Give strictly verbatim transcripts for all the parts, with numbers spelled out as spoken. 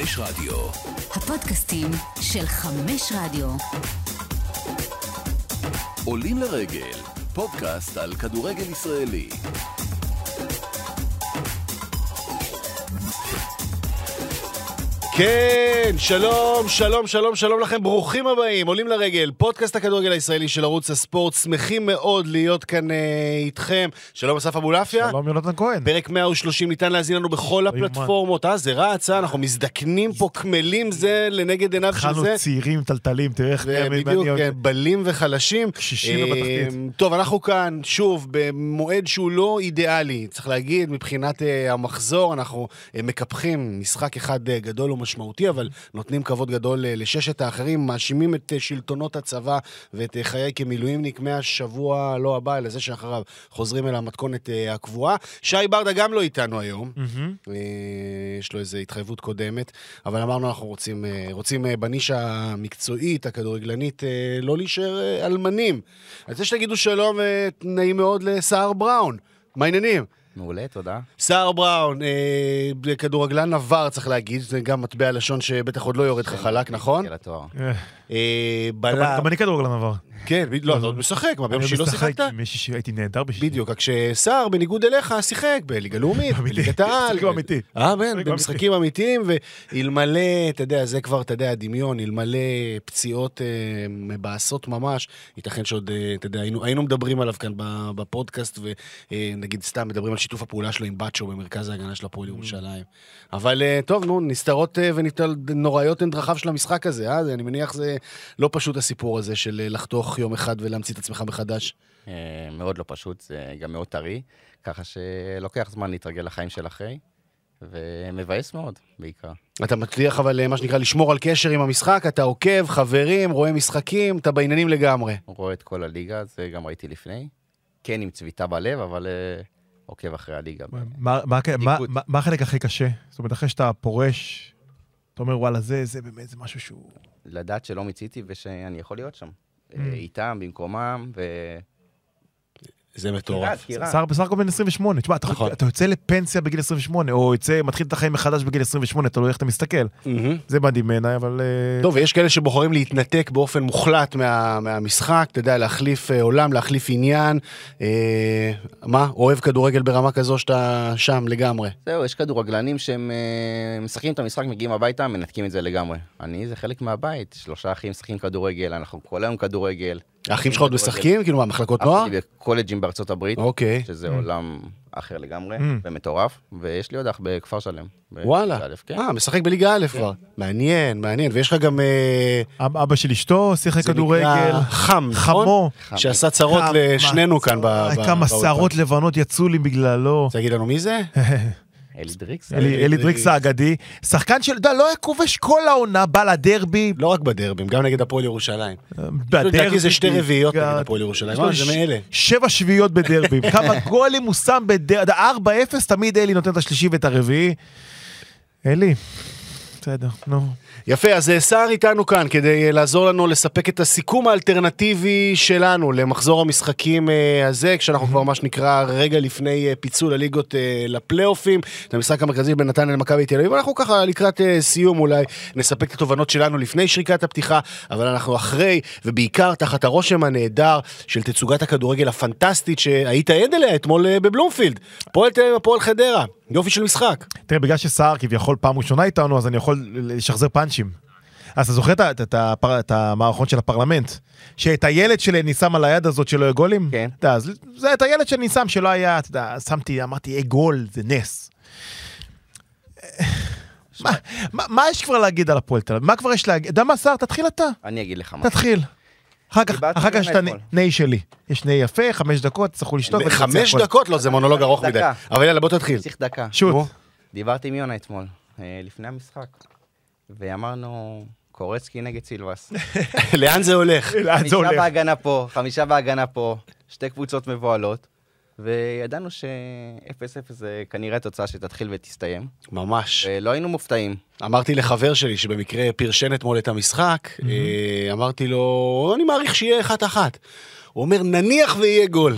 חמש רדיו. הפודקאסטים של חמש רדיו. עולים לרגל, פודקאסט על כדורגל ישראלי. כן, שלום, שלום, שלום, שלום לכם, ברוכים הבאים, עולים לרגל, פודקאסט הכדורגל הישראלי של ערוץ הספורט, שמחים מאוד להיות כאן אה, איתכם. שלום אסף אבולעפיה. שלום יונתן כהן. פרק מאה ושלושים ניתן להזין לנו בכל הפלטפורמות, אה, זה רץ, אה, אנחנו מזדקנים פה כמלים זה לנגד עיניו של זה. חנו צעירים, טלטלים, תראה איך נהיה בדיוק, בלים וחלשים. קשישים ובתחתית. טוב, אנחנו כאן, שוב, במועד שהוא לא אידיאלי, צריך להגיד, מבחינת אה, המחזור, אנחנו אה, מקפחים משחק אחד אה, גדול ומשמעותי, אבל נותנים כבוד גדול לששת האחרים, מאשימים את שלטונות הצבא ואת חיי כמילואימניק מהשבוע לא הבא, אלא זה שאחריו חוזרים אל המתכונת הקבועה. שי ברדה גם לא איתנו היום, יש לו איזו התחייבות קודמת, אבל אמרנו אנחנו רוצים, רוצים בנישה המקצועית, הכדורגלנית, לא להישאר אלמנים. אני רוצה שתגידו שלום ונעים מאוד לסער בראון. מה העניינים? מעולה, תודה. סער בראון, אה, כדורגלן עבר, צריך להגיד, זה גם מטבע לשון שבטח עוד לא יורד לך חלק, נכון? של התואר. אה, בלה... גם אני כדורגלן עבר. כן, לא, אתה עוד משחק, מה, ביום שישי לא שיחקת? הייתי נהדר בשישי. בדיוק, כשסער בניגוד אליך שיחק בליגה לאומית, בליגת העל. משחקים אמיתיים. אה, בן, במשחקים אמיתיים, ואילמלא, אתה יודע, זה כבר, אתה יודע, הדמיון, אילמלא פציעות מבאסות ממש, ייתכן שעוד, אתה יודע, היינו מדברים עליו כאן בפודקאסט, ונגיד סתם מדברים על שיתוף הפעולה שלו עם בצ'ו במרכז ההגנה של הפועל ירושלים. אבל טוב, נו, נסתרות ונוראיות הן דרכיו של המשחק הזה, אה? אני מניח זה לא פשוט הסיפור הזה של לחתוך יום אחד ולהמציא את עצמך מחדש. מאוד לא פשוט, זה גם מאוד טרי, ככה שלוקח זמן להתרגל לחיים של אחרי, ומבאס מאוד בעיקר. אתה מצליח אבל מה שנקרא לשמור על קשר עם המשחק, אתה עוקב, חברים, רואה משחקים, אתה בעניינים לגמרי. רואה את כל הליגה, זה גם ראיתי לפני, כן עם צביטה בלב, אבל עוקב אחרי הליגה. מה החלק הכי קשה? זאת אומרת, אחרי שאתה פורש, אתה אומר, וואלה, זה, זה באמת, זה משהו שהוא... לדעת שלא מציתי ושאני יכול להיות שם. איתם, במקומם, ו... זה מטורף. שר בסך הכל בן עשרים ושמונה. תשמע, אתה יוצא לפנסיה בגיל עשרים ושמונה, או יוצא, מתחיל את החיים מחדש בגיל עשרים ושמונה, אתה לא איך אתה מסתכל. זה מדהים בעיניי, אבל... טוב, ויש כאלה שבוחרים להתנתק באופן מוחלט מהמשחק, אתה יודע, להחליף עולם, להחליף עניין. מה? אוהב כדורגל ברמה כזו שאתה שם לגמרי. זהו, יש כדורגלנים שהם משחקים את המשחק, מגיעים הביתה, מנתקים את זה לגמרי. אני, זה חלק מהבית. שלושה אחים משחקים כדורגל, אנחנו כל היום כדורגל. האחים שלך עוד משחקים? כאילו מה, מחלקות נוער? בקולג'ים בארצות הברית, אוקיי. שזה עולם אחר לגמרי, ומטורף, ויש לי עוד אח בכפר שלם. וואלה. אה, משחק בליגה א' כבר. מעניין, מעניין. ויש לך גם... אבא של אשתו, שיחק כדורגל. זה נקרא חם, נכון? שעשה צרות לשנינו כאן. כמה שערות לבנות יצאו לי בגללו. תגיד לנו מי זה? אלי דריקס. אלי דריקס האגדי. שחקן של, לא היה כובש כל העונה, בא לדרבי. לא רק בדרבים, גם נגד הפועל ירושלים. בדרבי. זה שתי רביעיות נגד הפועל ירושלים. זה מאלה. שבע שביעיות בדרבים. כמה גולים הוא שם בדרבי. ארבע אפס, תמיד אלי נותן את השלישי ואת הרביעי. אלי. בסדר, נו. יפה, אז סער איתנו כאן כדי לעזור לנו לספק את הסיכום האלטרנטיבי שלנו למחזור המשחקים הזה, כשאנחנו כבר מה שנקרא רגע לפני פיצול הליגות לפלייאופים, את המשחק המרכזי בין נתניה למכבי תל אביב. אנחנו ככה לקראת סיום אולי נספק את התובנות שלנו לפני שריקת הפתיחה, אבל אנחנו אחרי ובעיקר תחת הרושם הנהדר של תצוגת הכדורגל הפנטסטית שהיית עד אליה אתמול בבלומפילד. הפועל תל אביב, הפועל חדרה. יופי של משחק. תראה, בגלל שסער כביכול פעם ראשונה איתנו, אז אני יכול לשחזר פאנצ'ים. אז אתה זוכר את המערכון של הפרלמנט, שאת הילד שלי אני שם על היד הזאת שלא יהיה גולים? כן. זה את הילד שאני שם שלא היה, אתה יודע, שמתי, אמרתי, יהיה גול, זה נס. מה יש כבר להגיד על הפועל תל אביב? מה כבר יש להגיד? אתה יודע מה, סער, תתחיל אתה. אני אגיד לך מה. תתחיל. אחר כך יש את הנאי שלי. יש נאי יפה, חמש דקות, צריכו לשתות. חמש דקות? לא, זה מונולוג ארוך מדי. אבל יאללה, בוא תתחיל. צריך דקה. שוט. דיברתי עם יונה אתמול, לפני המשחק, ואמרנו, קורצקי נגד סילבס. לאן זה הולך? חמישה בהגנה פה, חמישה בהגנה פה, שתי קבוצות מבועלות, וידענו ש-אפס אפס זה כנראה תוצאה שתתחיל ותסתיים. ממש. ולא היינו מופתעים. אמרתי לחבר שלי שבמקרה פרשן אתמול את המשחק, אמרתי לו, אני מעריך שיהיה אחת אחת. הוא אומר, נניח ויהיה גול.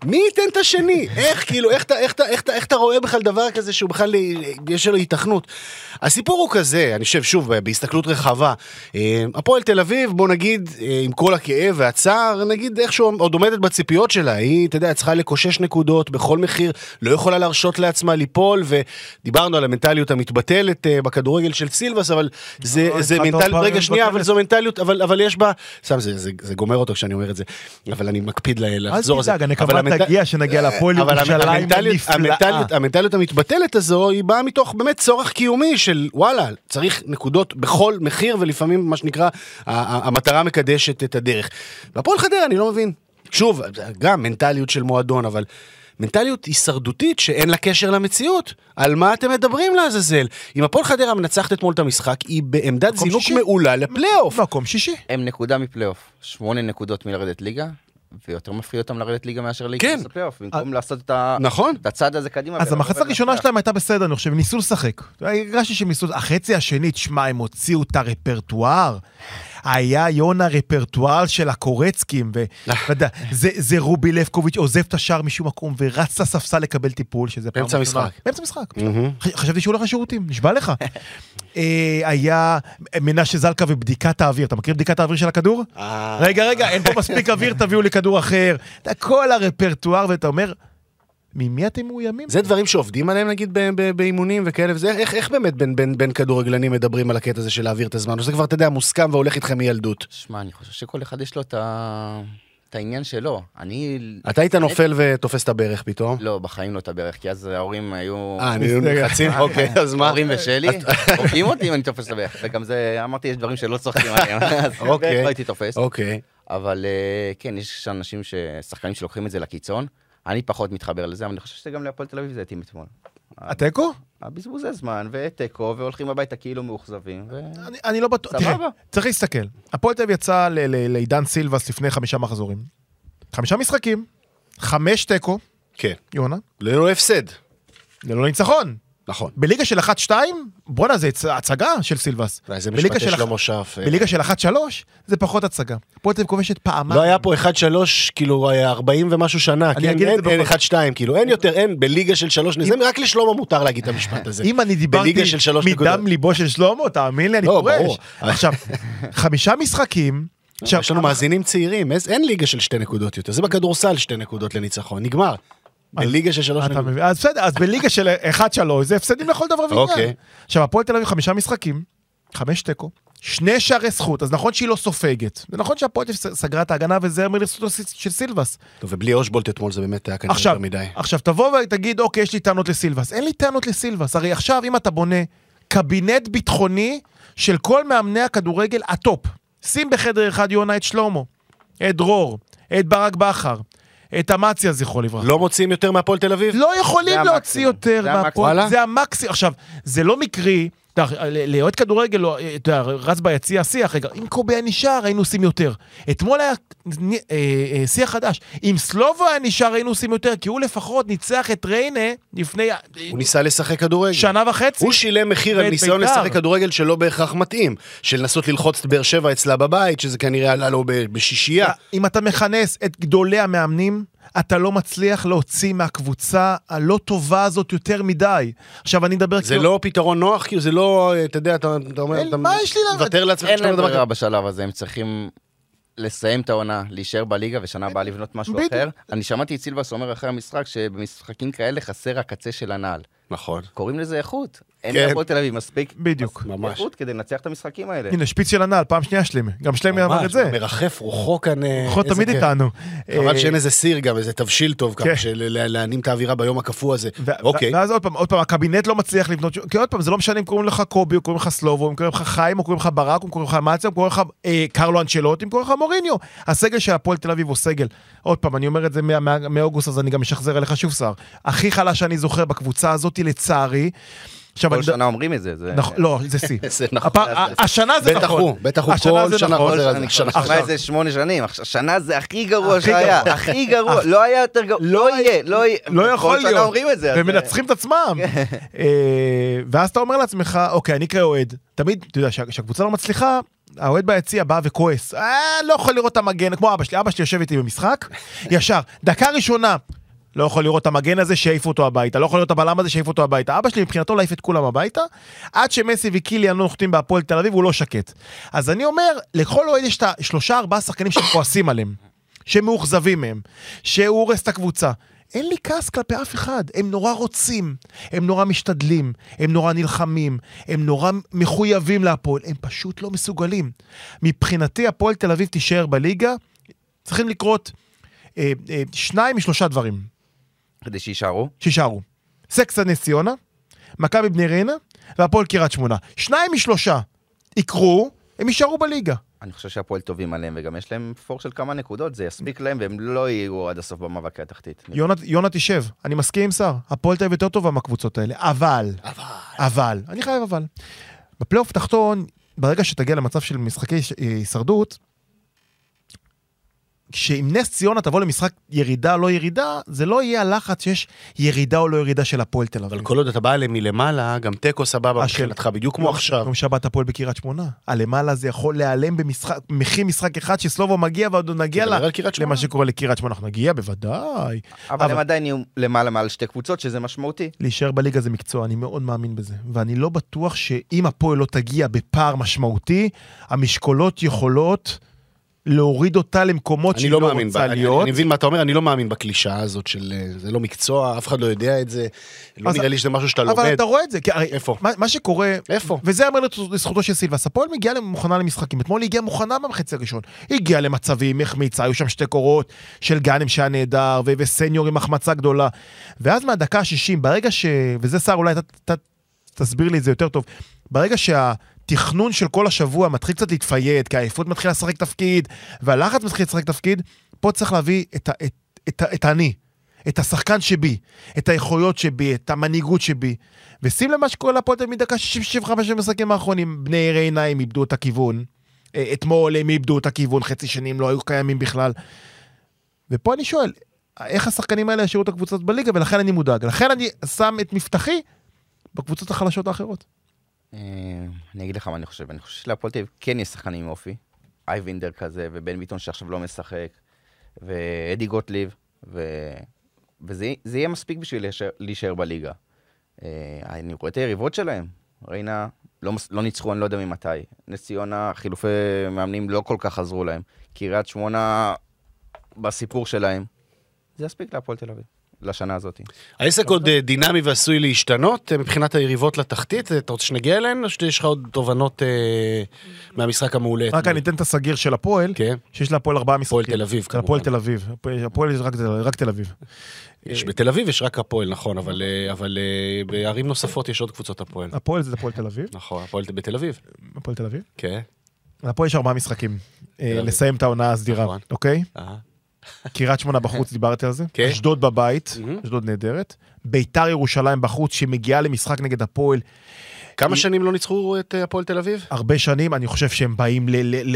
מי ייתן את השני? איך, כאילו, איך אתה, איך אתה, איך אתה, איך אתה רואה בכלל דבר כזה שהוא בכלל יש לו התכנות? הסיפור הוא כזה, אני חושב, שוב, בהסתכלות רחבה. הפועל תל אביב, בוא נגיד, עם כל הכאב והצער, נגיד איכשהו עוד עומדת בציפיות שלה. היא, אתה יודע, צריכה לקושש נקודות בכל מחיר, לא יכולה להרשות לעצמה ליפול, ודיברנו על המנטליות המתבטלת בכדורגל של סילבס, אבל זה, זה מנטליות, רגע שנייה, אבל זו מנטליות, אבל, אבל יש בה, סתם, זה, זה, זה גומר אותו כשאני אומר את זה, אבל אני מקפיד לחזור על זה. אל תדאג, אני כבר תגיע שנגיע לפועל ירושלים הנפלאה. המנטליות המתבטלת הזו, היא באה מתוך באמת צורך קיומי של, וואלה, צריך נקודות בכל מחיר, ולפעמים מה שנקרא, המטרה מקדשת את הדרך. והפועל חדרה, אני לא מבין. שוב, גם מנטליות של מועדון, אבל מנטליות הישרדותית שאין לה קשר למציאות. על מה אתם מדברים לעזאזל? אם הפועל חדרה מנצחת אתמול את המשחק, היא בעמדת זינוק מעולה לפלייאוף. מקום שישי. הם נקודה מפלייאוף. שמונה נקודות מלרדת ליגה, ויותר מפריע אותם לרדת ליגה מאשר להיכנס לפלייאוף, במקום לעשות את הצד הזה קדימה. אז המחצית הראשונה שלהם הייתה בסדר, אני חושב, ניסו לשחק. הרגשתי שהם ניסו, החצי השני, תשמע, הם הוציאו את הרפרטואר. היה יונה רפרטואל של הקורצקים, וזה רובי לבקוביץ' עוזב את השאר משום מקום, ורץ לספסל לקבל טיפול, שזה פעם... באמצע משחק. באמצע משחק. חשבתי שהוא הולך לשירותים, נשבע לך. היה מנשה זלקה ובדיקת האוויר, אתה מכיר בדיקת האוויר של הכדור? רגע, רגע, אין פה מספיק אוויר, תביאו לי כדור אחר. כל הרפרטואר, ואתה אומר... ממי אתם מאוימים? זה דברים שעובדים עליהם, נגיד, באימונים וכאלה, וזה, איך, איך באמת בין, בין, בין כדורגלנים מדברים על הקטע הזה של להעביר את הזמן? זה כבר, אתה יודע, מוסכם והולך איתכם מילדות. שמע, אני חושב שכל אחד יש לו את, ה... את העניין שלו. אני... אתה היית נופל ותופס את הברך פתאום? לא, בחיים לא את הברך, כי אז ההורים היו... אה, אני נחצים? אוקיי, אז מה? ההורים ושלי, הופכים אותי אם אני תופס את הברך. וגם זה, אמרתי, יש דברים שלא צוחקים עליהם, אז לא הייתי תופס. אוקיי. אבל כן, יש אנשים, שחקנים שלוקחים את זה לקיצון. אני פחות מתחבר לזה, אבל אני חושב שזה גם להפועל תל אביב זה התאים אתמול. הטקו? הבזבוזי זמן, וטקו, והולכים הביתה כאילו מאוכזבים. אני לא בטוח, תראה, צריך להסתכל. הפועל תל אביב יצא לעידן סילבס לפני חמישה מחזורים. חמישה משחקים, חמש טקו. כן. יונה. ללא הפסד. ללא ניצחון. נכון. בליגה של אחת שתיים, בוא'נה, זה הצגה של סילבס. זה משפטי שלא מושב. בליגה של אחת שלוש, זה פחות הצגה. הפועל תל אביב כובשת פעמיים. לא היה פה אחת שלוש, כאילו, ארבעים ומשהו שנה. אין אחת שתיים, כאילו, אין יותר, אין, בליגה של שלוש, זה רק לשלמה מותר להגיד את המשפט הזה. אם אני דיברתי מדם ליבו של שלמה, תאמין לי, אני קורש. עכשיו, חמישה משחקים, יש לנו מאזינים צעירים, אין ליגה של שתי נקודות יותר, זה בכדורסל שתי נקודות לניצחון, נגמר. בליגה של שלוש נקודות. אז בסדר, אז בליגה של אחת שלוש, זה הפסדים לכל דבר ועניין. עכשיו, הפועל תל אביב חמישה משחקים, חמש טקו, שני שערי זכות, אז נכון שהיא לא סופגת, זה נכון שהפועל תל אביב סגרה את ההגנה, וזה אומר לזכותו של סילבס. טוב, ובלי אושבולט אתמול זה באמת היה כנראה יותר מדי. עכשיו, תבוא ותגיד, אוקיי, יש לי טענות לסילבס. אין לי טענות לסילבס. הרי עכשיו, אם אתה בונה קבינט ביטחוני של כל מאמני הכדורגל הטופ, שים בחדר אחד יונה את שלמה, את דרור, את ברק בכר, את המציה זכרו לברכה. לא מוציאים יותר מהפועל תל אביב? לא יכולים להוציא יותר מהפועל. זה המקסימום. עכשיו, זה לא מקרי, לאוהד כדורגל, רץ ביציע השיח, רגע, אם קובי היה נשאר, היינו עושים יותר. אתמול היה שיח חדש. אם סלובו היה נשאר, היינו עושים יותר, כי הוא לפחות ניצח את ריינה לפני... הוא ניסה לשחק כדורגל. שנה וחצי. הוא שילם מחיר על ניסיון לשחק כדורגל שלא בהכרח מתאים, של לנסות ללחוץ את באר שבע אצלה בבית, שזה כנראה עלה לו בשישייה. אם אתה מכנס את גדולי המאמנים, אתה לא מצליח להוציא מהקבוצה הלא טובה הזאת יותר מדי. עכשיו אני מדבר... זה לא פתרון נוח, כי זה לא, אתה יודע, אתה אומר... מה יש לי להגיד? אין להם ברירה בשלב הזה, הם צריכים לסיים את העונה, להישאר בליגה, ושנה הבאה לבנות משהו אחר. אני שמעתי את סילבס אומר אחרי המשחק, שבמשחקים כאלה חסר הקצה של הנעל. נכון. קוראים לזה איכות. אין להפועל תל אביב מספיק בדיוק. איכות כדי לנצח את המשחקים האלה. הנה, שפיץ של הנעל, פעם שנייה שלמה. גם שלמה אמר את זה. מרחף רוחו כאן... רוחו תמיד איתנו. חבל שאין איזה סיר גם, איזה תבשיל טוב ככה, להנים את האווירה ביום הקפוא הזה. אוקיי. ואז עוד פעם, עוד פעם, הקבינט לא מצליח לבנות... כי עוד פעם, זה לא משנה אם קוראים לך קובי, או קוראים לך סלובו, אם קוראים לך חיים, או קוראים לך ברק, או קוראים לך מציה, או קוראים לך קרלו אנצ'לוטי, או קוראים לך מוריניו. הסגל של הפועל תל אביב הוא סגל. עוד פעם, אני אומר את זה מאוגוסט, אז אני גם משחזר אליך שוב שר. הכי חלש שאני זוכר בקבוצה הזאת, לצערי, כל שנה אומרים את זה. לא, זה סי. זה נכון. השנה זה נכון. בטח הוא כל שנה חוזר על זה. אני שמע את זה שמונה שנים. השנה זה הכי גרוע שהיה. הכי גרוע. לא היה יותר גרוע. לא יהיה. לא יכול להיות. כל שנה אומרים את זה. ומנצחים את עצמם. ואז אתה אומר לעצמך, אוקיי, אני אקרא אוהד. תמיד, אתה יודע, שהקבוצה לא מצליחה, האוהד ביציע בא וכועס. אה, לא יכול לראות את המגן. כמו אבא שלי. אבא שלי יושב איתי במשחק. ישר. דקה ראשונה. לא יכול לראות את המגן הזה שיעיף אותו הביתה, לא יכול לראות את הבלם הזה שיעיף אותו הביתה. אבא שלי מבחינתו להעיף את כולם הביתה, עד שמסי וקיליאן לא נוחתים בהפועל תל אביב, הוא לא שקט. אז אני אומר, לכל אוהד יש את השלושה ארבעה שחקנים שכועסים עליהם, שמאוכזבים מהם, שהוא הורס את הקבוצה. אין לי כעס כלפי אף אחד, הם נורא רוצים, הם נורא משתדלים, הם נורא נלחמים, הם נורא מחויבים להפועל, הם פשוט לא מסוגלים. מבחינתי הפועל תל אביב תישאר בליגה, צריכים לקרות אה, אה, שניים משלושה דברים. כדי שישארו? שישארו. סקסה נס ציונה, מכבי בני ריינה, והפועל קריית שמונה. שניים משלושה יקרו, הם יישארו בליגה. אני חושב שהפועל טובים עליהם, וגם יש להם פור של כמה נקודות, זה יספיק להם, והם לא יהיו עד הסוף במאבקי התחתית. יונה, יונה תשב, אני מסכים עם שר, הפועל תל אביב יותר טובה מהקבוצות האלה, אבל, אבל, אבל, אני חייב אבל. בפלייאוף תחתון, ברגע שתגיע למצב של משחקי הישרדות, כשאם נס ציונה תבוא למשחק ירידה או לא ירידה, זה לא יהיה הלחץ שיש ירידה או לא ירידה של הפועל תל אביב. אבל כל עוד אתה בא אליהם מלמעלה, גם טקו סבבה מבחינתך, בדיוק כמו עכשיו. גם שבת הפועל בקריית שמונה. הלמעלה זה יכול להיעלם במשחק, מחי משחק אחד שסלובו מגיע ועוד נגיע לה, למה שקורה לקריית שמונה. אנחנו נגיע בוודאי. אבל הם עדיין יהיו למעלה מעל שתי קבוצות, שזה משמעותי. להישאר בליגה זה מקצוע, אני מאוד מאמין בזה. ואני לא בטוח שאם הפועל לא תגיע בפער משמעותי, המשקולות יכולות להוריד אותה למקומות שהיא לא רוצה להיות. אני מבין מה אתה אומר, אני לא מאמין בקלישה הזאת של זה לא מקצוע, אף אחד לא יודע את זה, לא נראה לי שזה משהו שאתה לומד. אבל אתה רואה את זה, איפה? מה שקורה, איפה? וזה אומר לזכותו של סילבס, הפועל מגיעה מוכנה למשחקים, אתמול היא הגיעה מוכנה במחצי הראשון, היא הגיעה למצבים, מחמיצה, היו שם שתי קורות של גאנם שהיה נהדר, וסניור עם החמצה גדולה, ואז מהדקה ה-שישים, ברגע ש... וזה שר, אולי תסביר לי את זה יותר טוב, ברגע שה... תכנון של כל השבוע מתחיל קצת להתפייד, כי העייפות מתחילה לשחק תפקיד, והלחץ מתחיל לשחק תפקיד, פה צריך להביא את, את, את, את אני, את השחקן שבי, את היכולות שבי, את המנהיגות שבי, ושים למה שקורה לפועל מדקה שישים שישים וחמש המשחקים האחרונים, בני ריינה הם איבדו את הכיוון, אתמול הם איבדו את הכיוון, חצי שנים לא היו קיימים בכלל, ופה אני שואל, איך השחקנים האלה ישאירו את הקבוצות בליגה, ולכן אני מודאג, לכן אני שם את מבטחי בקבוצות החלשות האחרות. אני אגיד לך מה אני חושב, אני חושב שלהפועל תל אביב כן יש שחקנים עם אופי, אייבינדר כזה, ובן ביטון שעכשיו לא משחק, ואדי גוטליב, וזה יהיה מספיק בשביל להישאר בליגה. אני רואה את היריבות שלהם, ריינה לא ניצחו, אני לא יודע ממתי, נס ציונה, חילופי מאמנים לא כל כך עזרו להם, קריית שמונה בסיפור שלהם, זה יספיק להפועל תל אביב. לשנה הזאת. העסק עוד דינמי ועשוי להשתנות מבחינת היריבות לתחתית, אתה רוצה שנגיע אליהן, או שיש לך עוד תובנות מהמשחק המעולה? רק אני אתן את הסגיר של הפועל, שיש להפועל ארבעה משחקים. הפועל תל אביב, כמובן. הפועל תל אביב. הפועל יש רק תל אביב. יש בתל אביב יש רק הפועל, נכון, אבל בערים נוספות יש עוד קבוצות הפועל. הפועל זה הפועל תל אביב. נכון, הפועל בתל אביב. הפועל תל אביב? כן. הפועל יש ארבעה משחקים. לסיים את העונה הסדירה, אוקיי? קריית שמונה בחוץ, דיברתי על זה. אשדוד בבית, אשדוד נהדרת. ביתר ירושלים בחוץ, שמגיעה למשחק נגד הפועל. כמה שנים לא ניצחו את הפועל תל אביב? הרבה שנים, אני חושב שהם באים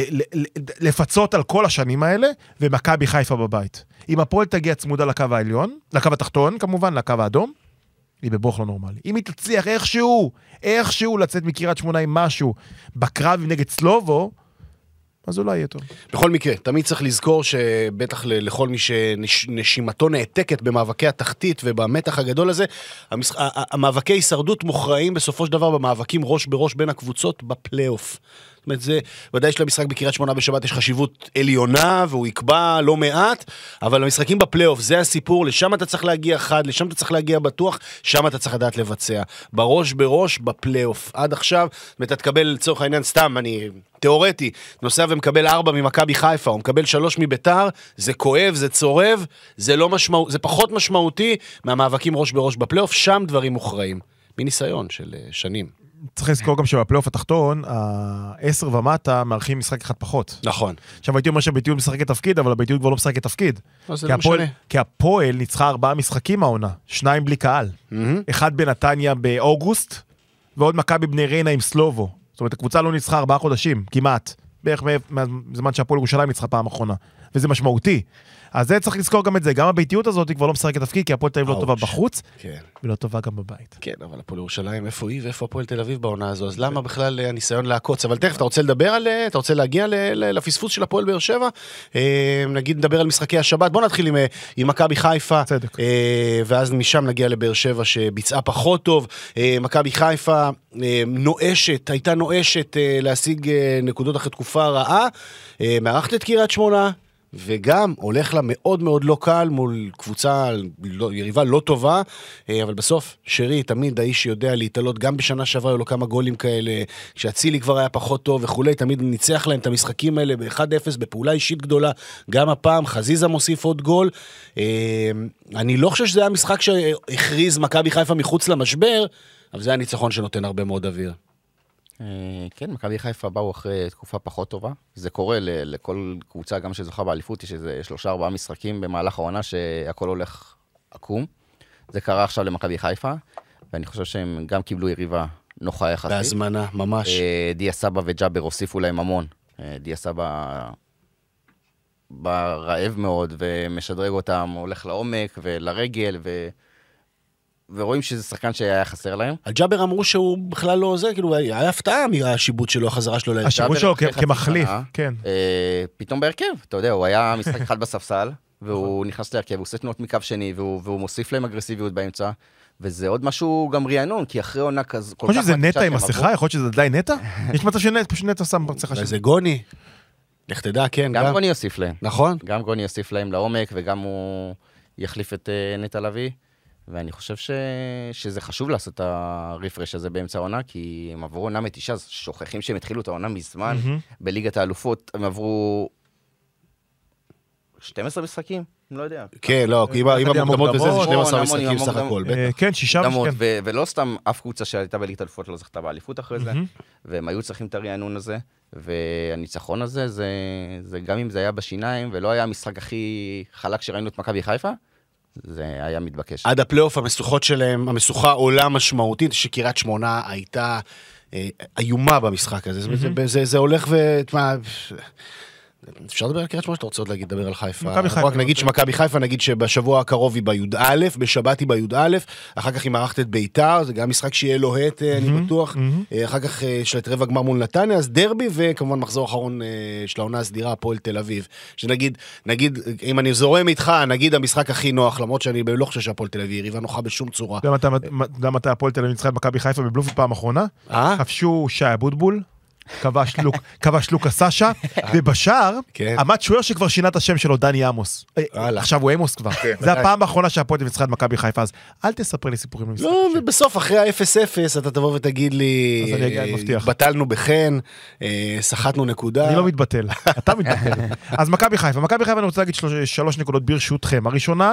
לפצות על כל השנים האלה, ומכבי חיפה בבית. אם הפועל תגיע צמודה לקו העליון, לקו התחתון, כמובן, לקו האדום, היא בברוך לא נורמלי. אם היא תצליח איכשהו, איכשהו לצאת מקריית שמונה עם משהו, בקרב נגד סלובו, אז אולי יהיה טוב. בכל מקרה, תמיד צריך לזכור שבטח לכל מי שנשימתו נעתקת במאבקי התחתית ובמתח הגדול הזה, המאבקי הישרדות מוכרעים בסופו של דבר במאבקים ראש בראש בין הקבוצות בפלייאוף. זאת אומרת, זה, ודאי של המשחק בקריית שמונה בשבת יש חשיבות עליונה, והוא יקבע לא מעט, אבל המשחקים בפלייאוף, זה הסיפור, לשם אתה צריך להגיע חד, לשם אתה צריך להגיע בטוח, שם אתה צריך לדעת לבצע. בראש בראש, בפלייאוף. עד עכשיו, אתה תקבל לצורך העניין סתם, אני תיאורטי, נוסע ומקבל ארבע ממכבי חיפה, הוא מקבל שלוש מביתר, זה כואב, זה צורב, זה לא משמעות, זה פחות משמעותי מהמאבקים ראש בראש בפלייאוף, שם דברים מוכרעים. מניסיון של שנים. צריך לזכור גם שבפלייאוף התחתון, העשר ומטה מארחים משחק אחד פחות. נכון. עכשיו הייתי אומר שהביתיות משחק את תפקיד, אבל הביתיות כבר לא משחק את תפקיד. זה לא משנה. כי הפועל ניצחה ארבעה משחקים העונה, שניים בלי קהל. אחד בנתניה באוגוסט, ועוד מכבי בני ריינה עם סלובו. זאת אומרת, הקבוצה לא ניצחה ארבעה חודשים, כמעט. בערך מהזמן שהפועל ירושלים ניצחה פעם אחרונה. וזה משמעותי. אז זה צריך לזכור גם את זה, גם הביתיות הזאת היא כבר לא משחקת תפקיד, כי הפועל תל אביב לא טובה בחוץ, ולא טובה גם בבית. כן, אבל הפועל ירושלים, איפה היא ואיפה הפועל תל אביב בעונה הזו, אז למה בכלל הניסיון לעקוץ? אבל תכף, אתה רוצה לדבר על, אתה רוצה להגיע לפספוס של הפועל באר שבע? נגיד, נדבר על משחקי השבת, בוא נתחיל עם מכבי חיפה, ואז משם נגיע לבאר שבע שביצעה פחות טוב. מכבי חיפה נואשת, הייתה נואשת להשיג נקודות אחרי תקופה רעה, מארחת את קריית שמונה, וגם הולך לה מאוד מאוד לא קל מול קבוצה, לא, יריבה לא טובה, אבל בסוף שרי תמיד האיש שיודע להתעלות, גם בשנה שעברה היו לו כמה גולים כאלה, כשהצילי כבר היה פחות טוב וכולי, תמיד ניצח להם את המשחקים האלה ב-אחד אפס, בפעולה אישית גדולה, גם הפעם חזיזה מוסיף עוד גול. אני לא חושב שזה היה משחק שהכריז מכבי חיפה מחוץ למשבר, אבל זה היה ניצחון שנותן הרבה מאוד אוויר. כן, מכבי חיפה באו אחרי תקופה פחות טובה. זה קורה לכל קבוצה, גם שזוכה באליפות, יש איזה שלושה ארבעה משחקים במהלך העונה שהכל הולך עקום. זה קרה עכשיו למכבי חיפה, ואני חושב שהם גם קיבלו יריבה נוחה יחסית. בהזמנה, ממש. דיה סבא וג'אבר הוסיפו להם המון. דיה סבא ברעב מאוד ומשדרג אותם, הולך לעומק ולרגל ו... ורואים שזה שחקן שהיה חסר להם. על ג'אבר אמרו שהוא בכלל לא זה, כאילו, היה הפתעה מהשיבוט שלו, החזרה שלו. השיבוט שלו כמחליף, כן. פתאום בהרכב, אתה יודע, הוא היה משחק אחד בספסל, והוא נכנס להרכב, הוא עושה תנועות מקו שני, והוא מוסיף להם אגרסיביות באמצע, וזה עוד משהו גם רענון, כי אחרי עונה כזו... יכול להיות שזה נטע עם השיחה? יכול להיות שזה עדיין נטע? יש מצב שנטע, פשוט נטע שם ברצחה שלו. זה גוני. לך תדע, כן. גם גוני יוסיף להם. נכון. גם גוני יוסיף להם לעומק, וגם הוא יחליף את נטע לביא. ואני חושב ש... שזה חשוב לעשות את הרפרש הזה באמצע העונה, כי הם עברו עונה מתישה, אז שוכחים שהם התחילו את העונה מזמן, mm-hmm. בליגת האלופות הם עברו שנים עשר משחקים, אני לא יודע. כן, לא, אם המוקדמות וזה זה שנים עשר משחקים סך הכל, בטח. כן, שישה משחקים. ולא סתם אף קבוצה שהייתה בליגת האלופות לא זכתה באליפות אחרי זה, והם היו צריכים את הרענון הזה, והניצחון הזה, זה גם אם זה היה בשיניים, ולא היה המשחק הכי חלק שראינו את מכבי חיפה, זה היה מתבקש. עד הפלייאוף, המשוכות שלהם, המשוכה עולה משמעותית, שקריית שמונה הייתה אה, איומה במשחק הזה. Mm-hmm. זה, זה, זה הולך ו... תמה, אפשר לדבר על קריית שמונה שאתה רוצה עוד להגיד, לדבר על חיפה. מכבי חיפה. רק נגיד שמכבי חיפה, נגיד שבשבוע הקרוב היא בי"א, בשבת היא בי"א, אחר כך היא מערכת את ביתר, זה גם משחק שיהיה לוהט, אני בטוח. אחר כך יש לה את רבע גמר מול נתניה, אז דרבי, וכמובן מחזור אחרון של העונה הסדירה, הפועל תל אביב. שנגיד, נגיד, אם אני זורם איתך, נגיד המשחק הכי נוח, למרות שאני לא חושב שהפועל תל אביב היא יריבה נוחה בשום צורה. גם אתה הפועל תל אביב ניצחה את מכבי חיפה בבלומפילד פעם אחרונה. כבשו שי אבוטבול. כבש לוקה סשה, ובשער עמד שוער שכבר שינה את השם שלו, דני עמוס. עכשיו הוא עמוס כבר. זה הפעם האחרונה שהפועל ניצחה את מכבי חיפה, אז אל תספר לי סיפורים. לא, ובסוף אחרי ה-אפס אפס אתה תבוא ותגיד לי, בטלנו בחן, שחטנו נקודה. אני לא מתבטל, אתה מתבטל. אז מכבי חיפה, מכבי חיפה אני רוצה להגיד שלוש נקודות ברשותכם. הראשונה,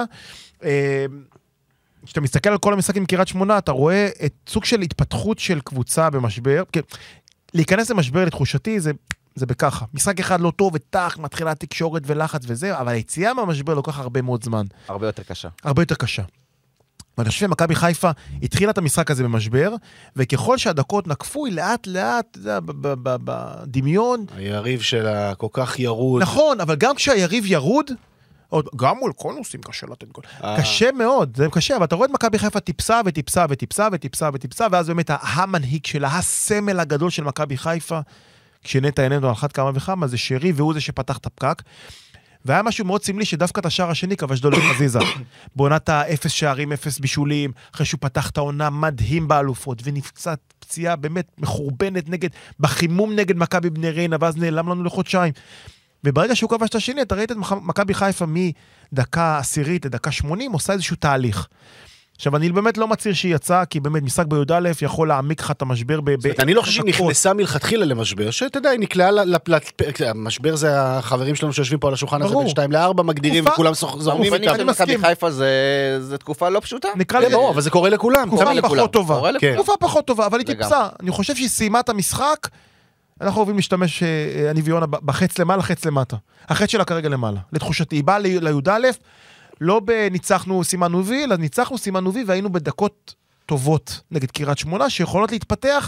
כשאתה מסתכל על כל המשחקים עם קריית שמונה, אתה רואה את סוג של התפתחות של קבוצה במשבר, להיכנס למשבר לתחושתי זה, זה בככה. משחק אחד לא טוב ותח, מתחילה תקשורת ולחץ וזה, אבל היציאה מהמשבר לוקח הרבה מאוד זמן. הרבה יותר קשה. הרבה יותר קשה. ואני חושב שמכבי חיפה התחילה את המשחק הזה במשבר, וככל שהדקות נקפו, היא לאט לאט, בדמיון. היריב שלה כל כך ירוד. נכון, אבל גם כשהיריב ירוד, גם מול קונוסים קשה לתת גול. קשה מאוד, זה קשה, אבל אתה רואה את מכבי חיפה טיפסה וטיפסה וטיפסה וטיפסה וטיפסה, ואז באמת המנהיג שלה, הסמל הגדול של מכבי חיפה, כשנטע עינינו על אחת כמה וכמה, זה שרי, והוא זה שפתח את הפקק. והיה משהו מאוד סמלי שדווקא את השער השני כבש דולר חזיזה. בעונת האפס שערים, אפס בישולים, אחרי שהוא פתח את העונה מדהים באלופות, ונפצע פציעה באמת מחורבנת נגד, בחימום נגד מכבי בני ריינה, ואז נעלם לנו לחודשיים. וברגע שהוא כבש את השני, אתה ראית את מכבי חיפה מדקה עשירית לדקה שמונים, עושה איזשהו תהליך. עכשיו, אני באמת לא מציר שהיא יצאה, כי באמת משחק בי"א יכול להעמיק לך את המשבר. זאת אומרת, אני לא חושב שהיא נכנסה מלכתחילה למשבר, שאתה יודע, היא נקלעה לפלט, המשבר זה החברים שלנו שיושבים פה על השולחן הזה, בין שתיים לארבע מגדירים וכולם זורמים איתם. אני מכבי חיפה זה תקופה לא פשוטה. לא, אבל זה קורה לכולם. תקופה פחות טובה. תקופה פחות טובה, אבל היא טיפסה. אני חושב שהיא סיימה את המשחק, אנחנו אוהבים להשתמש, אני ויונה, בחץ למעלה, חץ למטה. החץ שלה כרגע למעלה. לתחושתי, היא באה לי"א, לא בניצחנו סימנו וי, אלא ניצחנו סימנו וי, והיינו בדקות טובות נגד קריית שמונה, שיכולות להתפתח,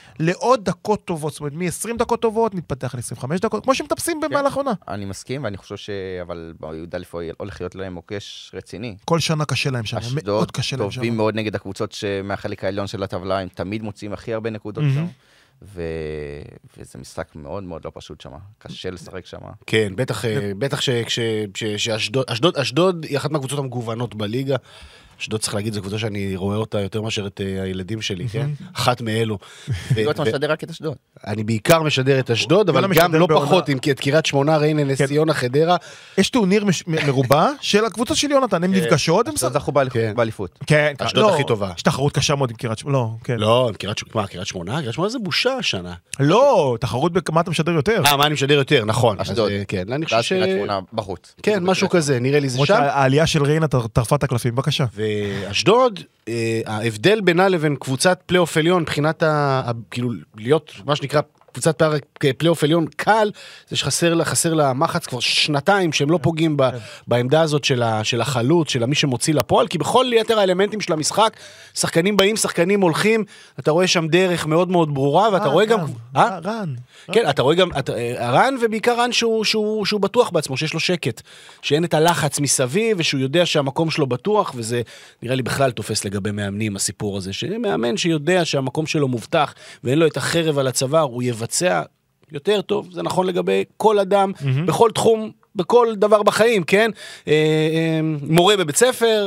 לעוד דקות טובות, זאת אומרת, מ-עשרים דקות טובות נתפתח ל-עשרים וחמש דקות, כמו שמטפסים במהלך עונה. אני מסכים, ואני חושב ש... אבל ביהודה לפעול הולך להיות להם מוקש רציני. כל שנה קשה להם שם, מאוד קשה להם שם. טובים מאוד נגד הקבוצות שמהחלק העליון של הטבלה, הם תמיד מוצאים הכי הרבה נקודות שם. ו... וזה משחק מאוד מאוד לא פשוט שם, קשה לשחק שם. כן, בטח, בטח שאשדוד, אשדוד, אשדוד היא אחת מהקבוצות המגוונות בליגה. אשדוד צריך להגיד, זו קבוצה שאני רואה אותה יותר מאשר את הילדים שלי, כן? אחת מאלו. אתה משדר רק את אשדוד. אני בעיקר משדר את אשדוד, אבל גם לא פחות, עם את קריית שמונה, ריינה, נס ציונה, חדרה. יש טורניר מרובע של הקבוצה של יונתן, הם נפגשות, הם אשדוד זכו באליפות. כן, אשדוד הכי טובה. יש תחרות קשה מאוד עם קריית שמונה, לא, כן. לא, עם קריית שמונה, קריית שמונה, קריית שמונה זה בושה השנה. לא, תחרות במה אתה משדר יותר. אה, מה אני משדר יותר, נכון. אשדוד. כן, אני חושב ש... קריית שמונה בחוץ. כן, משהו כזה, נראה לי זה שם. העלייה של ריינה טרפה את הקלפים, בבקשה. ואשדוד, ההבדל בינה לבין קבוצת פלייאוף עליון, מבחינת ה... כאילו, להיות, מה שנקרא, קבוצת פלייאוף עליון קל, זה שחסר לה, חסר לה מחץ כבר שנתיים, שהם לא פוגעים ב, בעמדה הזאת של, ה, של החלוץ, של מי שמוציא לפועל, כי בכל יתר האלמנטים של המשחק, שחקנים באים, שחקנים הולכים, אתה רואה שם דרך מאוד מאוד ברורה, ואתה רואה גם... רן. כן, אתה רואה גם... רן, ובעיקר רן שהוא, שהוא, שהוא בטוח בעצמו, שיש לו שקט, שאין את הלחץ מסביב, ושהוא יודע שהמקום שלו בטוח, וזה נראה לי בכלל תופס לגבי מאמנים, הסיפור הזה, שמאמן שיודע שהמקום שלו מובטח, ואין לו את החרב על הצוואר, הוא יבצע יותר טוב, זה נכון לגבי כל אדם, mm-hmm. בכל תחום, בכל דבר בחיים, כן? אה, אה, מורה בבית ספר,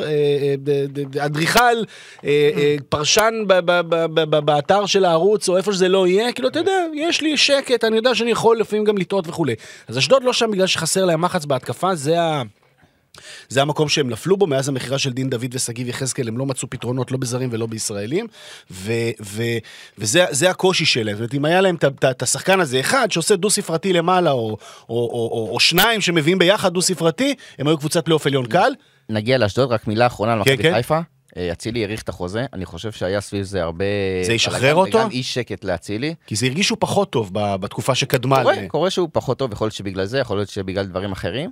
אה, אדריכל, אה, אה, פרשן ב- ב- ב- ב- ב- באתר של הערוץ, או איפה שזה לא יהיה, כאילו, אתה יודע, יש לי שקט, אני יודע שאני יכול לפעמים גם לטעות וכו'. אז אשדוד לא שם בגלל שחסר להם מחץ בהתקפה, זה ה... זה המקום שהם נפלו בו, מאז המחירה של דין דוד וסגיב יחזקאל, הם לא מצאו פתרונות, לא בזרים ולא בישראלים, ו, ו, וזה זה הקושי שלהם. זאת אומרת, אם היה להם את השחקן הזה, אחד שעושה דו ספרתי למעלה, או, או, או, או, או שניים שמביאים ביחד דו ספרתי, הם היו קבוצת פלייאוף עליון קל. נגיע לאשדוד, רק מילה אחרונה על מכבי חיפה. אצילי העריך את החוזה, אני חושב שהיה סביב זה הרבה... זה ישחרר אותו? וגם אי שקט לאצילי. כי זה הרגישו פחות טוב בתקופה שקדמה. קורה, קורה שהוא פחות טוב, יכול להיות שבגלל זה, יכול להיות שבגלל דברים אחרים.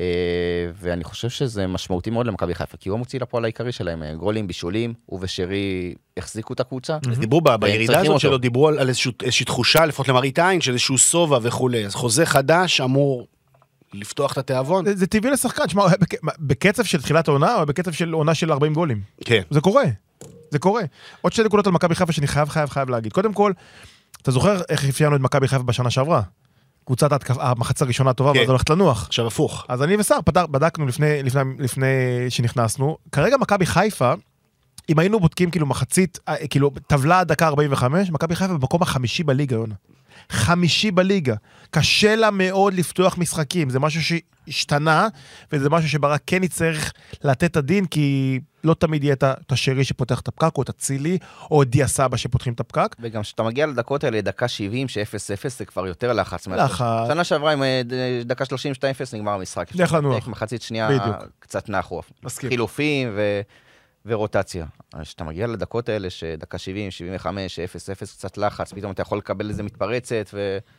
ואני חושב שזה משמעותי מאוד למכבי חיפה, כי הוא המוציא לפועל העיקרי שלהם, גולים, בישולים, הוא ושרי החזיקו את הקבוצה. דיברו בירידה הזאת שלו, דיברו על איזושהי תחושה, לפחות למראית עין, של איזשהו סובה וכו'. אז חוזה חדש אמור לפתוח את התיאבון. זה טבעי לשחקן, שמה, בקצב של תחילת העונה, או בקצב של עונה של ארבעים גולים. כן. זה קורה, זה קורה. עוד שתי נקודות על מכבי חיפה שאני חייב, חייב, חייב להגיד. קודם כל, אתה זוכר איך אפיינו את מכבי חיפה בשנה שעברה? קבוצת המחצה הראשונה טובה, ואז הולכת לנוח. עכשיו הפוך. אז אני ושר בדקנו לפני, לפני, לפני שנכנסנו. כרגע מכבי חיפה, אם היינו בודקים כאילו מחצית, כאילו טבלה דקה ארבעים וחמש, מכבי חיפה במקום החמישי בליגה, יונה. חמישי בליגה. קשה לה מאוד לפתוח משחקים. זה משהו שהשתנה, וזה משהו שברק כן יצטרך לתת את הדין, כי לא תמיד יהיה את השרי שפותח את הפקק, או את הצילי, או את דיה סבא שפותחים את הפקק. וגם כשאתה מגיע לדקות האלה, דקה שבעים, ש-אפס אפס, זה כבר יותר לחץ. לחץ. שנה שעברה עם דקה שלושים, שתיים אפס, נגמר המשחק. דרך לנוח. מחצית שנייה, קצת נחו. מסכים. חילופים ו... ורוטציה. כשאתה מגיע לדקות האלה, שדקה שבעים, שבעים וחמש, אפס אפס, קצת לחץ, פתאום אתה יכול לקבל איזה מתפרצת,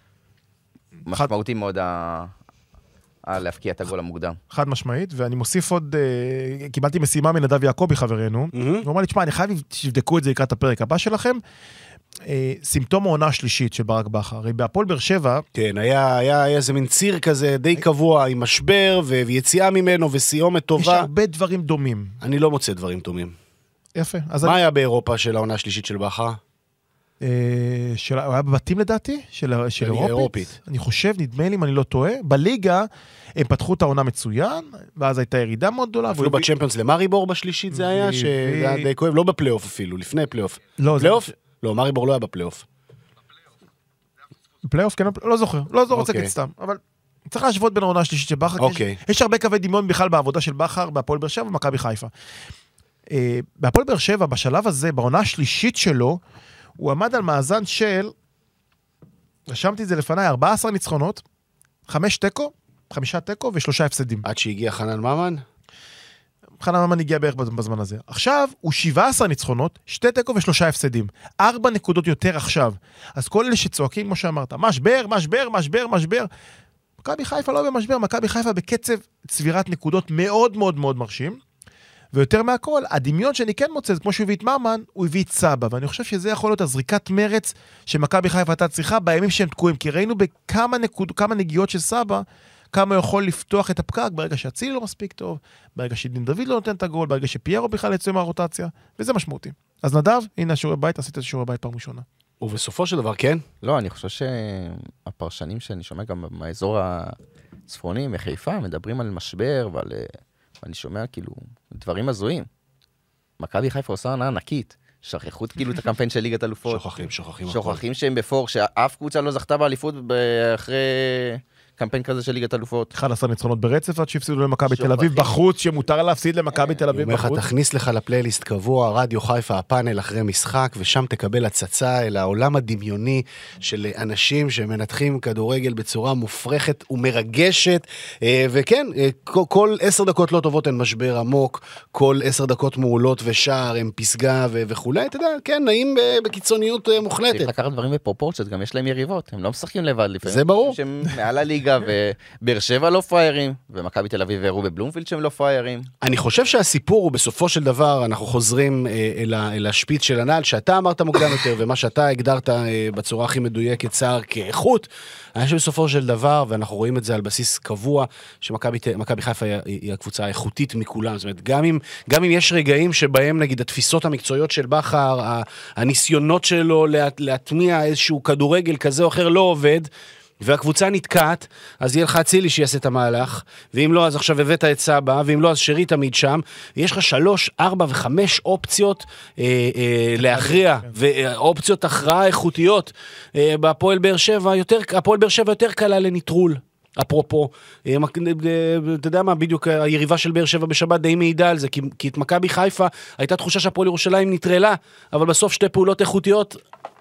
ומשמעותי מאוד ה... להפקיע את הגול המוקדם. חד משמעית, ואני מוסיף עוד, אה, קיבלתי משימה מנדב יעקבי חברנו, mm-hmm. הוא אומר לי, תשמע, אני חייב שתבדקו את זה לקראת הפרק הבא שלכם, אה, סימפטום העונה השלישית של ברק בכר, הרי בהפועל באר שבע... כן, היה, היה, היה איזה מין ציר כזה די קבוע עם משבר, ו- ויציאה ממנו, וסיומת טובה. יש הרבה דברים דומים. אני לא מוצא דברים דומים. יפה. מה אני... היה באירופה של העונה השלישית של בכר? של... הוא היה בבתים לדעתי? של, של אירופית? אירופית. אני חושב, נדמה לי אם אני לא טועה. בליגה הם פתחו את העונה מצוין, ואז הייתה ירידה מאוד גדולה. אפילו בצ'מפיונס למריבור בשלישית זה היה, שזה היה די כואב, לא בפלייאוף אפילו, לפני פלייאוף. לא, פלייאוף? לא, מריבור לא היה בפלייאוף. בפלייאוף, כן, לא זוכר. לא זוכר רוצה להגיד סתם, אבל צריך להשוות בין העונה השלישית של בכר. יש הרבה קווי דמיון בכלל בעבודה של בכר, בהפועל באר שבע ומכבי חיפה. בהפועל באר שבע, בשלב הזה, בעונה השלישית שלו, הוא עמד על מאזן של, רשמתי את זה לפניי, ארבע עשרה ניצחונות, חמש טקו, חמישה טקו ושלושה הפסדים. עד שהגיע חנן ממן? חנן ממן הגיע בערך בזמן הזה. עכשיו הוא שבעה עשר ניצחונות, שתי טקו ושלושה הפסדים. ארבע נקודות יותר עכשיו. אז כל אלה שצועקים, כמו שאמרת, משבר, משבר, משבר, משבר. מכבי חיפה לא במשבר, מכבי חיפה בקצב צבירת נקודות מאוד מאוד מאוד מרשים. ויותר מהכל, הדמיון שאני כן מוצא, כמו שהוא הביא את ממן, הוא הביא את סבא, ואני חושב שזה יכול להיות הזריקת מרץ שמכבי חיפה הייתה צריכה בימים שהם תקועים, כי ראינו בכמה נקוד, כמה נגיעות של סבא, כמה הוא יכול לפתוח את הפקק ברגע שהצילי לא מספיק טוב, ברגע שדין דוד לא נותן את הגול, ברגע שפיירו בכלל יצא מהרוטציה, וזה משמעותי. אז נדב, הנה השיעורי בית, עשית שיעורי בית פעם ראשונה. ובסופו של דבר, כן? לא, אני חושב שהפרשנים שאני שומע גם מהאזור הצפוני, מחיפה, מדברים על משבר, ועל... ואני שומע כאילו דברים הזויים. מכבי חיפה עושה עונה ענקית, שכחו כאילו את הקמפיין של ליגת אלופות. שוכחים, שוכחים. שוכחים שהם בפור, שאף קבוצה לא זכתה באליפות אחרי קמפיין כזה של ליגת אלופות. אחד עשר ניצחונות ברצף עד שהפסידו למכבי תל אביב בחוץ, שמותר להפסיד למכבי תל אביב בחוץ. הוא אומר לך, תכניס לך לפלייליסט קבוע, רדיו חיפה, הפאנל אחרי משחק, ושם תקבל הצצה אל העולם הדמיוני של אנשים שמנתחים כדורגל בצורה מופרכת ומרגשת, וכן, כל עשר דקות לא טובות הן משבר עמוק, כל עשר דקות מעולות ושער הם פסגה וכו', אתה יודע, כן, נעים בקיצוניות מוחלטת. צריך לקחת דברים בפרופורציות, גם יש להם יריבות, הם לא משחקים לבד לפעמים. זה ברור. שהם מעל הליגה, ובאר שבע לא פריירים, ומכבי תל אביב והראו בבלומפילד שהם לא פריירים. אני חושב שהסיפור הוא בסופו של דבר, אנחנו חוזרים אל, אל השפיץ של הנעל, שאתה אמרת מוקדם יותר, ומה שאתה הגדרת בצורה הכי מדויקת, צער כאיכות, אני חושב בסופו של דבר, ואנחנו רואים את זה על בסיס קבוע, שמכבי חיפה היא הקבוצה האיכותית מכולם, זאת אומרת, גם אם, גם אם יש רגעים שבהם, נגיד, התפיסות המקצועיות של בכר, הניסיונות שלו להטמיע איזשהו כדורגל כזה או אחר לא עובד, והקבוצה נתקעת, אז יהיה לך אצילי שיעשה את המהלך, ואם לא, אז עכשיו הבאת את סבא, ואם לא, אז שרי תמיד שם, ויש לך שלוש, ארבע וחמש אופציות אה, אה, להכריע, ואופציות הכרעה איכותיות. אה, בהפועל באר שבע, יותר, הפועל באר שבע יותר קלה לניטרול. אפרופו, אתה יודע מה, בדיוק היריבה של באר שבע בשבת די מעידה על זה, כי, כי את מכבי חיפה הייתה תחושה שהפועל ירושלים נטרלה, אבל בסוף שתי פעולות איכותיות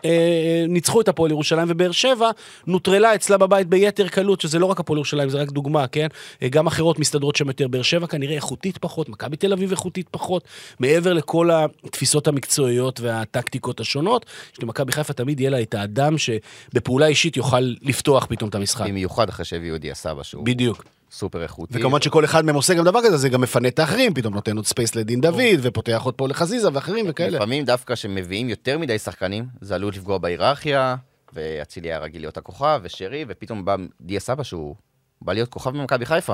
אה, ניצחו את הפועל ירושלים, ובאר שבע נוטרלה אצלה בבית ביתר קלות, שזה לא רק הפועל ירושלים, זה רק דוגמה, כן? גם אחרות מסתדרות שם יותר, באר שבע כנראה איכותית פחות, מכבי תל אביב איכותית פחות, מעבר לכל התפיסות המקצועיות והטקטיקות השונות, שלמכבי חיפה תמיד יהיה לה את האדם שבפעולה אישית יוכל לפתוח פתאום את המשחק. במיוחד אחרי שהביאו את סבא שהוא בדיוק. סופר איכותי. וכמובן שכל אחד מהם עושה גם דבר כזה, זה גם מפנה את האחרים, פתאום נותן עוד ספייס לדין דוד, ופותח עוד פה לחזיזה ואחרים וכאלה. לפעמים דווקא שמביאים יותר מדי שחקנים, זה עלול לפגוע בהיררכיה, ואצילי היה רגיל להיות הכוכב, ושרי, ופתאום בא דיה סבא שהוא בא להיות כוכב במכבי חיפה.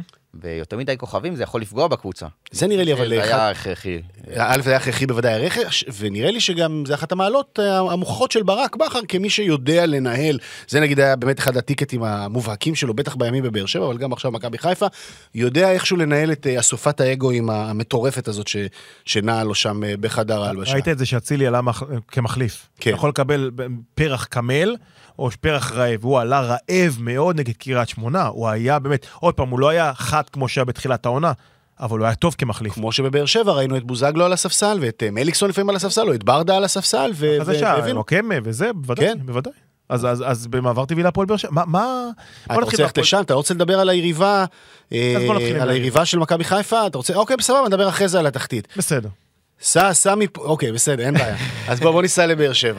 ויותר מדי כוכבים זה יכול לפגוע בקבוצה. זה נראה לי אבל... זה היה הכרחי. א' זה היה הכרחי בוודאי הרכש, ונראה לי שגם זה אחת המעלות המוכחות של ברק בכר, כמי שיודע לנהל, זה נגיד היה באמת אחד הטיקטים המובהקים שלו, בטח בימים בבאר שבע, אבל גם עכשיו מכבי חיפה, יודע איכשהו לנהל את אסופת האגואים המטורפת הזאת שנעה לו שם בחדר ההלבשה. ראית את זה שאצילי עלה כמחליף. אתה יכול לקבל פרח קמל, או פרח רעב, הוא עלה רעב מאוד נגד קריית שמונה, הוא היה באמת, עוד פעם, הוא לא היה חד כמו שהיה בתחילת העונה, אבל הוא היה טוב כמחליף. כמו שבבאר שבע ראינו את בוזגלו על הספסל, ואת מליקסון לפעמים על הספסל, או את ברדה על הספסל, והבינו. אוקיי, וזה, בוודאי, בוודאי. אז במעבר טבעי להפועל באר שבע, מה... אתה רוצה ללכת לשם, אתה רוצה לדבר על היריבה, על היריבה של מכבי חיפה, אתה רוצה, אוקיי, בסדר, נדבר אחרי זה על התחתית. בסדר. סע, סע מפה, אוקיי, בסדר, אין בעיה. אז בוא ניסע לבאר שבע.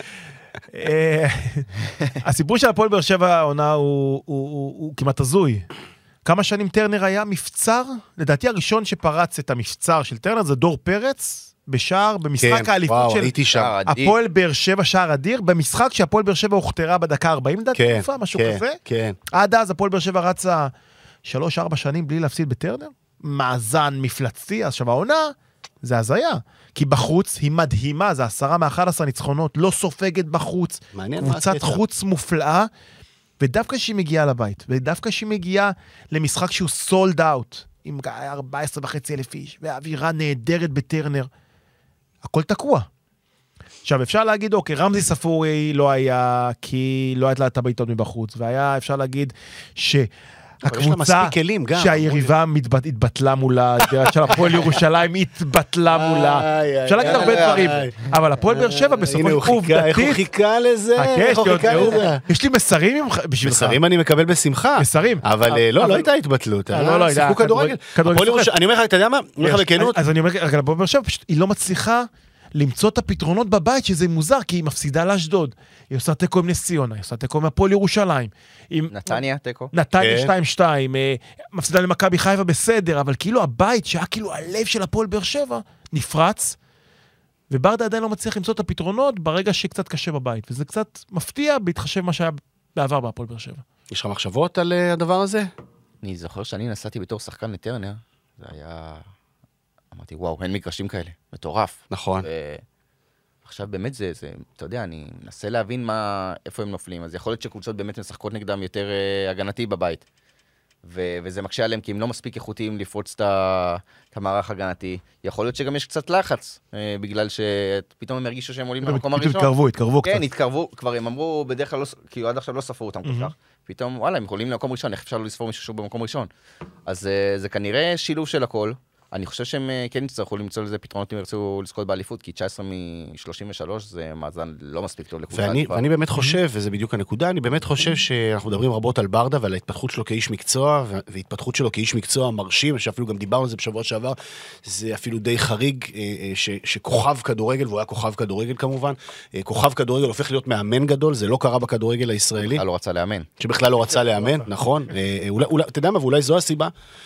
הסיפור של הפועל באר שבע העונה הוא כמעט הזוי. כמה שנים טרנר היה מבצר? לדעתי הראשון שפרץ את המבצר של טרנר זה דור פרץ בשער, במשחק האליפות של הפועל באר שבע, שער אדיר, במשחק שהפועל באר שבע הוכתרה בדקה ארבעים לדעתי תקופה, משהו כזה. עד אז הפועל באר שבע רצה שלוש ארבע שנים בלי להפסיד בטרנר, מאזן מפלצתי. עכשיו העונה זה הזיה, כי בחוץ היא מדהימה, זה עשרה מאחד עשר ניצחונות, לא סופגת בחוץ, קבוצת חוץ מופלאה, ודווקא שהיא מגיעה לבית, ודווקא שהיא מגיעה למשחק שהוא סולד אאוט, עם ארבע עשרה וחצי אלף איש, והאווירה נהדרת בטרנר, הכל תקוע. עכשיו אפשר להגיד, אוקיי, רמזי ספורי לא היה, כי לא הייתה לה את הבעיטות מבחוץ, והיה אפשר להגיד ש... הקבוצה שהיריבה התבטלה מולה, של הפועל ירושלים התבטלה מולה. אפשר להגיד הרבה דברים, אבל הפועל באר שבע בסופו של עובדתית... איך הוא חיכה לזה? איך הוא חיכה לזה? יש לי מסרים בשבילך. מסרים אני מקבל בשמחה. מסרים. אבל לא, לא הייתה התבטלות. לא, לא, שיחקו כדורגל. אני אומר לך, אתה יודע מה? אני אומר לך בכנות. אז אני אומר, הפועל באר שבע, היא לא מצליחה, למצוא את הפתרונות בבית, שזה מוזר, כי היא מפסידה לאשדוד. היא עושה תיקו עם נס ציונה, היא עושה תיקו עם הפועל ירושלים. נתניה, תיקו. נתניה שתיים שתיים, מפסידה למכבי חיפה בסדר, אבל כאילו הבית, שהיה כאילו הלב של הפועל באר שבע, נפרץ, וברדה עדיין לא מצליח למצוא את הפתרונות, ברגע שקצת קשה בבית. וזה קצת מפתיע, בהתחשב מה שהיה בעבר בהפועל באר שבע. יש לך מחשבות על הדבר הזה? אני זוכר שאני נסעתי בתור שחקן לטרנר, זה היה... אמרתי, וואו, אין מגרשים כאלה, מטורף. נכון. עכשיו באמת זה, זה, אתה יודע, אני מנסה להבין מה, איפה הם נופלים, אז יכול להיות שקבוצות באמת משחקות נגדם יותר uh, הגנתי בבית, ו- וזה מקשה עליהם, כי הם לא מספיק איכותיים לפרוץ את, ה- את המערך הגנתי. יכול להיות שגם יש קצת לחץ, uh, בגלל שפתאום הם הרגישו שהם עולים למקום הראשון. התקרבו, התקרבו קצת. כן, התקרבו, כבר הם אמרו, בדרך כלל, לא, כאילו עד עכשיו לא ספרו אותם כל כך. פתאום, וואלה, הם עולים למקום ראשון, איך אפשר לא לספור מישהו במקום ראשון? אז uh, זה כנראה שילוב של הכל. אני חושב שהם כן יצטרכו למצוא לזה פתרונות אם ירצו לזכות באליפות, כי תשע עשרה מ-שלושים ושלוש זה מאזן לא מספיק טוב לקבוצה. ואני, ואני באמת חושב, וזה בדיוק הנקודה, אני באמת חושב שאנחנו מדברים רבות על ברדה ועל ההתפתחות שלו כאיש מקצוע, וההתפתחות שלו כאיש מקצוע מרשים, שאפילו גם דיברנו על זה בשבוע שעבר, זה אפילו די חריג, ש, שכוכב כדורגל, והוא היה כוכב כדורגל כמובן, כוכב כדורגל הופך להיות מאמן גדול, זה לא קרה בכדורגל הישראלי. שבכלל לא רצה לאמן. שבכלל לא רצה לאמן, נכון. אולי, אולי, אתה יודע מה, ואולי זו הסיבה.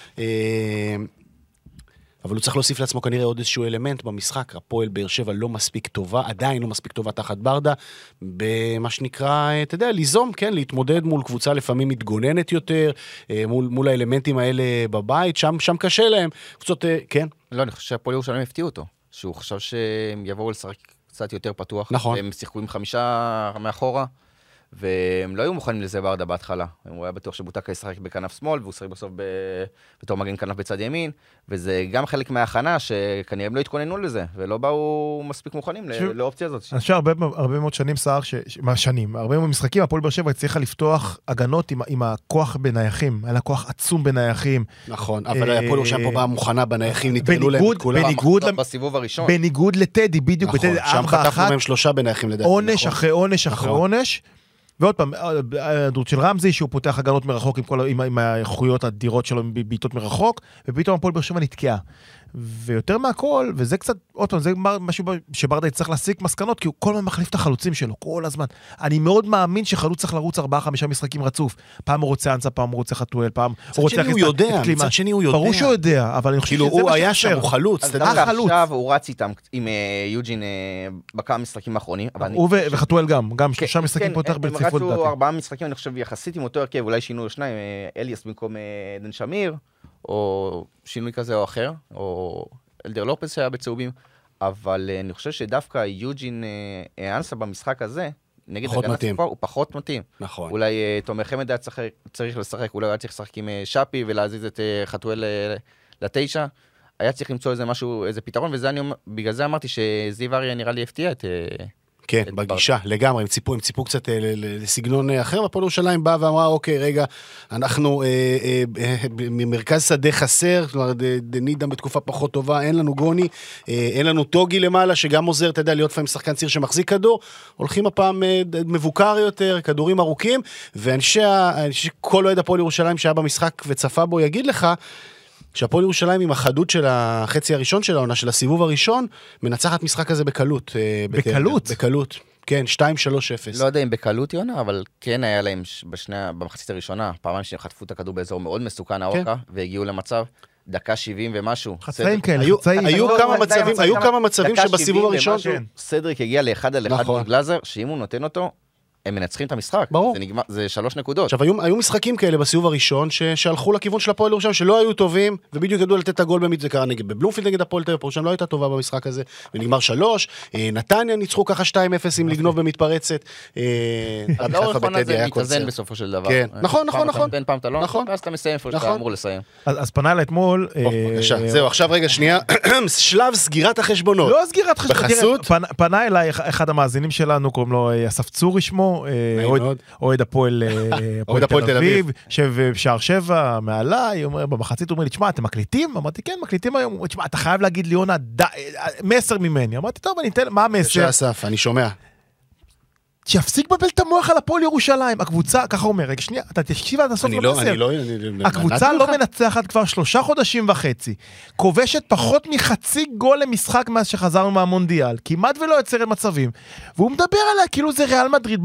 אבל הוא צריך להוסיף לעצמו כנראה עוד איזשהו אלמנט במשחק. הפועל באר שבע לא מספיק טובה, עדיין לא מספיק טובה תחת ברדה, במה שנקרא, אתה יודע, ליזום, כן, להתמודד מול קבוצה לפעמים מתגוננת יותר, מול, מול האלמנטים האלה בבית, שם, שם קשה להם. קבוצות, כן. לא, אני חושב שהפועל ירושלים הפתיעו אותו, שהוא חשב שהם יבואו לשחק קצת יותר פתוח. נכון. והם שיחקו עם חמישה מאחורה, והם לא היו מוכנים לזה ברדה בהתחלה. הוא היה בטוח שבוטקה ישחק בכנף שמאל, והוא שחק בסוף ב... בתור מגן כנף בצד ימין, וזה גם חלק מההכנה שכנראה הם לא התכוננו לזה, ולא באו מספיק מוכנים ש... לאופציה הזאת. אני חושב הרבה, הרבה מאוד שנים סער, ש... מה שנים, הרבה מאוד משחקים, הפועל באר שבע הצליחה לפתוח הגנות עם, עם הכוח בנייחים, היה לה כוח עצום בנייחים. נכון, אבל הפועל ירושלים פה באה מוכנה בנייחים, נתגלו להם את כולם. בניגוד, בסיבוב הראשון. בניגוד לטדי, בדיוק, נכון, בטדי, שם חטפנו מהם שלושה בנייחים לדעתי. עונש אחרי עונש אחרי עונש. ועוד פעם, הדרות של רמזי, שהוא פותח הגנות מרחוק עם, כל, עם, עם האיכויות הדירות שלו בעיטות מרחוק, ופתאום הפועל באר שבע נתקעה. ויותר מהכל, וזה קצת, עוד פעם, זה משהו שברדה יצטרך להסיק מסקנות, כי הוא כל הזמן מחליף את החלוצים שלו, כל הזמן. אני מאוד מאמין שחלוץ צריך לרוץ ארבעה, חמישה משחקים רצוף. פעם הוא רוצה אנסה, פעם הוא רוצה חתואל, פעם הוא רוצה... מצד שני הוא יודע, מצד שני הוא יודע. ברור שהוא יודע, אבל אני חושב שזה מה שחסר. הוא היה שם, הוא חלוץ. אז גם עכשיו הוא רץ איתם, עם יוג'ין בכמה משחקים האחרונים. הוא וחתואל גם, גם שלושה משחקים פותח ברציפות דעתי. הם רצו ארבעה משחקים, אני חושב, יחסית עם אותו הרכב, אולי שינו שניים, אליאס במקום דן שמיר, או שינוי כזה או אחר, או אלדר לופס שהיה בצהובים, אבל אני חושב שדווקא יוג'ין אנסה במשחק הזה, נגד הגנת ספור, הוא פחות מתאים. נכון. אולי תומר חמד היה צריך לשחק, אולי היה צריך לשחק עם שפי ולהזיז את חתואל לתשע, היה צריך למצוא איזה משהו, איזה פתרון, ובגלל זה אמרתי שזיו אריה נראה לי הפתיע את... כן, בגישה, לגמרי, הם ציפו, הם ציפו קצת לסגנון אחר, והפועל ירושלים באה ואמרה, אוקיי, רגע, אנחנו ממרכז שדה חסר, כלומר, נידם בתקופה פחות טובה, אין לנו גוני, אין לנו טוגי למעלה, שגם עוזר, אתה יודע, להיות פעמים שחקן צעיר שמחזיק כדור, הולכים הפעם מבוקר יותר, כדורים ארוכים, ואנשי, כל אוהד הפועל ירושלים שהיה במשחק וצפה בו, יגיד לך, שהפועל ירושלים עם החדות של החצי הראשון של העונה, של הסיבוב הראשון, מנצחת משחק הזה בקלות. בקלות? בקלות, כן, שתיים שלוש אפס. לא יודע אם בקלות יונה, אבל כן היה להם בשני, במחצית הראשונה, פעמיים שהם חטפו את הכדור באזור מאוד מסוכן האורקה, והגיעו למצב, דקה שבעים ומשהו. חצאים כאלה, חצאים. היו כמה מצבים, היו כמה מצבים שבסיבוב הראשון... סדריק הגיע לאחד על אחד עם גלאזר, שאם הוא נותן אותו, הם מנצחים את המשחק. ברור. זה נגמר, זה שלוש נקודות. עכשיו, היו, היו משחקים כאלה בסיבוב הראשון, ש, שהלכו לכיוון של הפועל ירושלים, שלא היו טובים, ובדיוק ידעו לתת את הגול במית, זה קרה נגד, בבלומפילד נגד הפועל תל אביב, ירושלים לא הייתה טובה במשחק הזה, ונגמר שלוש, נתניה ניצחו ככה שתיים אפס עם לגנוב במתפרצת. אז לאורך עונה זה מתאזן בסופו של דבר. כן, נכון, נכון, נכון. פעם פעם אתה לא, ואז אתה מסיים איפה שאתה אמור לסיים. אז פנה אליי אתמול... בבקשה, זהו, עכשיו רגע, שנייה, שלב סגירת החשבונות. לא סגירת חשבונות. בחסות? פנה אליי אחד המאזינים שלנו, קוראים לו אסף צורי שמו, אוהד הפועל תל אביב, שבשער שבע, מעליי, במחצית הוא אומר לי, תשמע, אתם מקליטים? אמרתי, כן, מקליטים היום. הוא אומר, תשמע, אתה חייב להגיד ליונה מסר ממני. אמרתי, טוב, אני אתן, מה המסר? בבקשה, אסף, אני שומע. שיפסיק בבל את המוח על הפועל ירושלים. הקבוצה, ככה אומר, רגע, שנייה, אתה תקשיב עד הסוף למסר. הקבוצה לא מנצחת כבר שלושה חודשים וחצי. כובשת פחות מחצי גול למשחק מאז שחזרנו מהמונדיאל. כמעט ולא יוצרת מצבים. והוא מדבר עליה כאילו זה ריאל מדריד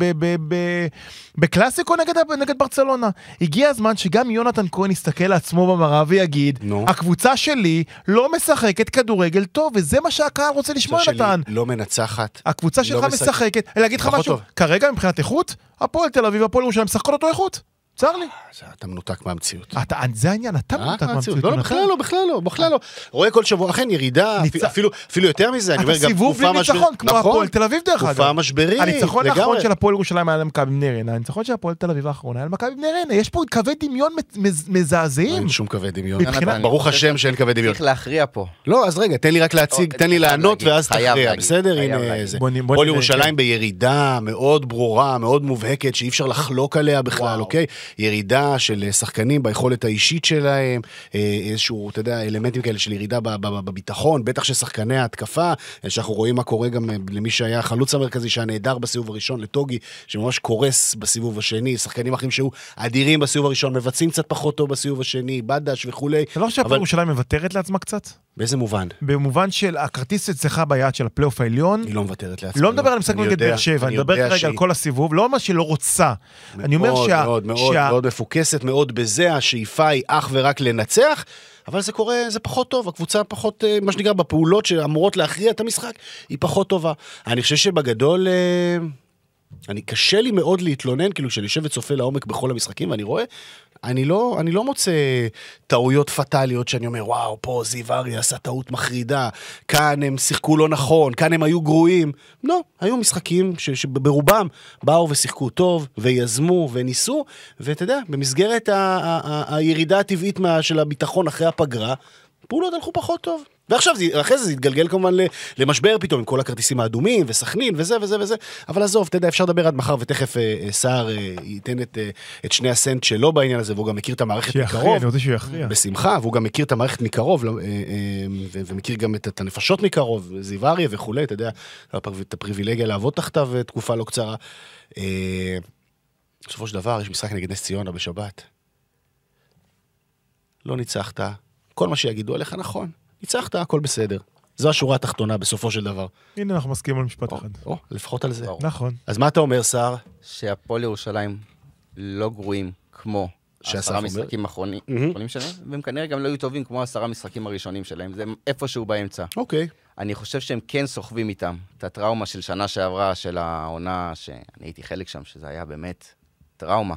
בקלאסיקו נגד ברצלונה. הגיע הזמן שגם יונתן כהן יסתכל לעצמו במראה ויגיד, הקבוצה שלי לא משחקת כדורגל טוב, וזה מה שהקהל רוצה לשמוע, נתן. לא מנצחת. הקבוצה שלך משחקת. להגיד לך משהו, כרגע מבחינת איכות, הפועל תל אביב, הפועל ירושלים משחקות אותו איכות. צר לי. אתה מנותק מהמציאות. זה העניין, אתה מנותק מהמציאות. לא, בכלל לא, בכלל לא, בכלל לא. רואה כל שבוע, אכן ירידה, אפילו יותר מזה, אני אומר גם סיבוב בלי ניצחון, כמו הפועל תל אביב דרך אגב. תקופה משברית, הניצחון האחרון של הפועל ירושלים היה למכבי בני ריינה, הניצחון של הפועל תל אביב האחרון היה למכבי בני ריינה. יש פה קווי דמיון מזעזעים. אין שום קווי דמיון. ברוך השם שאין קווי דמיון. צריך להכריע פה. לא, אז רגע, תן לי רק להציג, תן לי לענות ואז תכריע. בסדר, הנה זה. הפועל ירושלים בירידה מאוד ברורה, מאוד מובהקת, שאי אפשר לחלוק עליה בכלל, אוקיי? ירידה של שחקנים ביכולת האישית שלהם, איזשהו, אתה יודע, אלמנטים כאלה של ירידה בביטחון, בטח ששחקני ההתקפה, שאנחנו רואים מה קורה גם למי שהיה החלוץ המרכזי, שהיה נהדר בסיבוב הראשון, לטוגי, שממש קורס בסיבוב השני, שחקנים אחרים שהיו אדירים בסיבוב הראשון, מבצעים קצת פחות טוב בסיבוב השני, בדש וכולי. אתה לא חושב שהפועל ירושלים מוותרת לעצמה קצת? באיזה מובן? במובן של הכרטיס אצלך ביד של הפלייאוף העליון. היא לא מוותרת לעצמה. לא מדבר על משחק נגד באר שבע, אני מדבר כרגע על כל הסיבוב, לא מה שלא רוצה. אני אומר שה... מאוד, מאוד, מאוד מפוקסת, מאוד בזה, השאיפה היא אך ורק לנצח, אבל זה קורה, זה פחות טוב, הקבוצה פחות, מה שנקרא, בפעולות שאמורות להכריע את המשחק, היא פחות טובה. אני חושב שבגדול, אני קשה לי מאוד להתלונן, כאילו שאני יושב וצופה לעומק בכל המשחקים, ואני רואה, אני לא, אני לא מוצא טעויות פטליות שאני אומר, וואו, פה זיו אריה עשה טעות מחרידה, כאן הם שיחקו לא נכון, כאן הם היו גרועים. לא, היו משחקים ש, שברובם באו ושיחקו טוב, ויזמו וניסו, ואתה יודע, במסגרת ה, ה, ה, הירידה הטבעית מה, של הביטחון אחרי הפגרה, פעולות הלכו פחות טוב. ועכשיו, אחרי זה זה התגלגל כמובן למשבר פתאום, עם כל הכרטיסים האדומים, וסכנין, וזה וזה וזה, אבל עזוב, אתה יודע, אפשר לדבר עד מחר, ותכף סער ייתן את, את שני הסנט שלו בעניין הזה, והוא גם מכיר את המערכת מקרוב. אני רוצה שהוא יכריע. בשמחה, והוא גם מכיר את המערכת מקרוב, ומכיר גם את הנפשות מקרוב, זיו אריה וכולי, אתה יודע, את הפריבילגיה לעבוד תחתיו תקופה לא קצרה. בסופו של דבר, יש משחק נגד נס ציונה בשבת. לא ניצחת, כל מה שיגידו עליך נכון. ניצחת, הכל בסדר. זו השורה התחתונה בסופו של דבר. הנה, אנחנו מסכימים על משפט אחד. או, לפחות על זה. נכון. אז מה אתה אומר, סער? שהפועל ירושלים לא גרועים כמו עשרה משחקים האחרונים שלהם, והם כנראה גם לא היו טובים כמו עשרה משחקים הראשונים שלהם. זה איפשהו באמצע. אוקיי. אני חושב שהם כן סוחבים איתם את הטראומה של שנה שעברה, של העונה, שאני הייתי חלק שם, שזה היה באמת טראומה.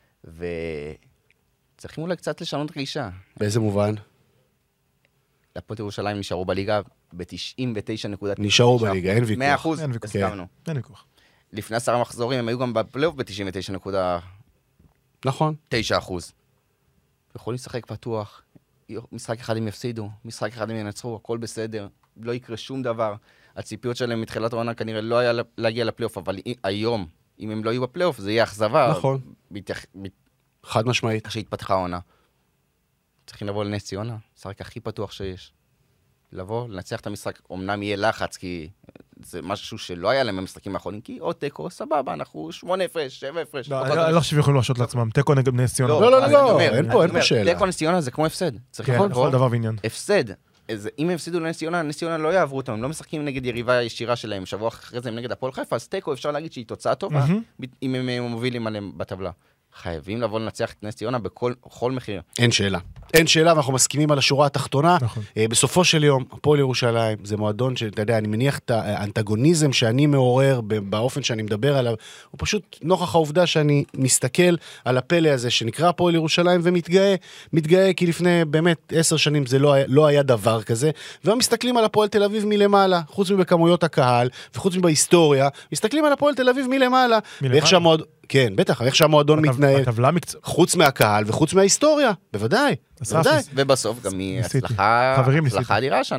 וצריכים אולי קצת לשנות גישה. באיזה מובן? הפועל ירושלים נשארו בליגה ב-תשעים ותשע נקודה תשע. נשארו בליגה, אין ויכוח. מאה אחוז, הסכמנו. אין ויכוח. לפני עשרה מחזורים הם היו גם בפלייאוף ב-תשעים ותשע נקודה נכון. תשע אחוז. יכולים לשחק פתוח, משחק אחד הם יפסידו, משחק אחד הם ינצחו, הכל בסדר, לא יקרה שום דבר. הציפיות שלהם מתחילת העונה כנראה לא היה להגיע לפלייאוף, אבל היום, אם הם לא יהיו בפלייאוף, זה יהיה אכזבה. נכון. חד משמעית. שהתפתחה העונה. צריכים לבוא לנס ציונה, משחק הכי פתוח שיש. לבוא, לנצח את המשחק, אמנם יהיה לחץ, כי זה משהו שלא היה להם במשחקים האחרונים, כי עוד תיקו, סבבה, אנחנו שמונה הפרש, שבע הפרש. לא חושב יכולים להרשות לעצמם, תיקו נגד נס ציונה. לא, לא, לא, אין פה, אין פה שאלה. תיקו נס ציונה זה כמו הפסד. כן, כל דבר ועניין. הפסד. אם הם הפסידו לנס ציונה, נס ציונה לא יעברו אותם, הם לא משחקים נגד יריבה ישירה שלהם, שבוע אחרי זה הם נגד הפועל חיפה, אז תיקו אפשר להגיד שהיא תוצאה טובה, אם הם מובילים עליהם בטבלה. חייבים לבוא לנצח את נס ציונה בכל מחיר. אין שאלה. אין שאלה, ואנחנו מסכימים על השורה התחתונה. נכון. בסופו של יום, הפועל ירושלים, זה מועדון שאתה יודע, אני מניח את האנטגוניזם שאני מעורר באופן שאני מדבר עליו, הוא פשוט נוכח העובדה שאני מסתכל על הפלא הזה שנקרא הפועל ירושלים ומתגאה, מתגאה כי לפני באמת עשר שנים זה לא היה, לא היה דבר כזה, והם מסתכלים על הפועל תל אביב מלמעלה, חוץ מבכמויות הקהל, וחוץ מבהיסטוריה, מסתכלים על הפועל תל אביב מלמעלה, ואיך שהמועד... כן, בטח, איך שהמועדון מתנהל, חוץ מהקהל וחוץ מההיסטוריה, בוודאי, בוודאי. ובסוף גם היא הצלחה אדירה השנה.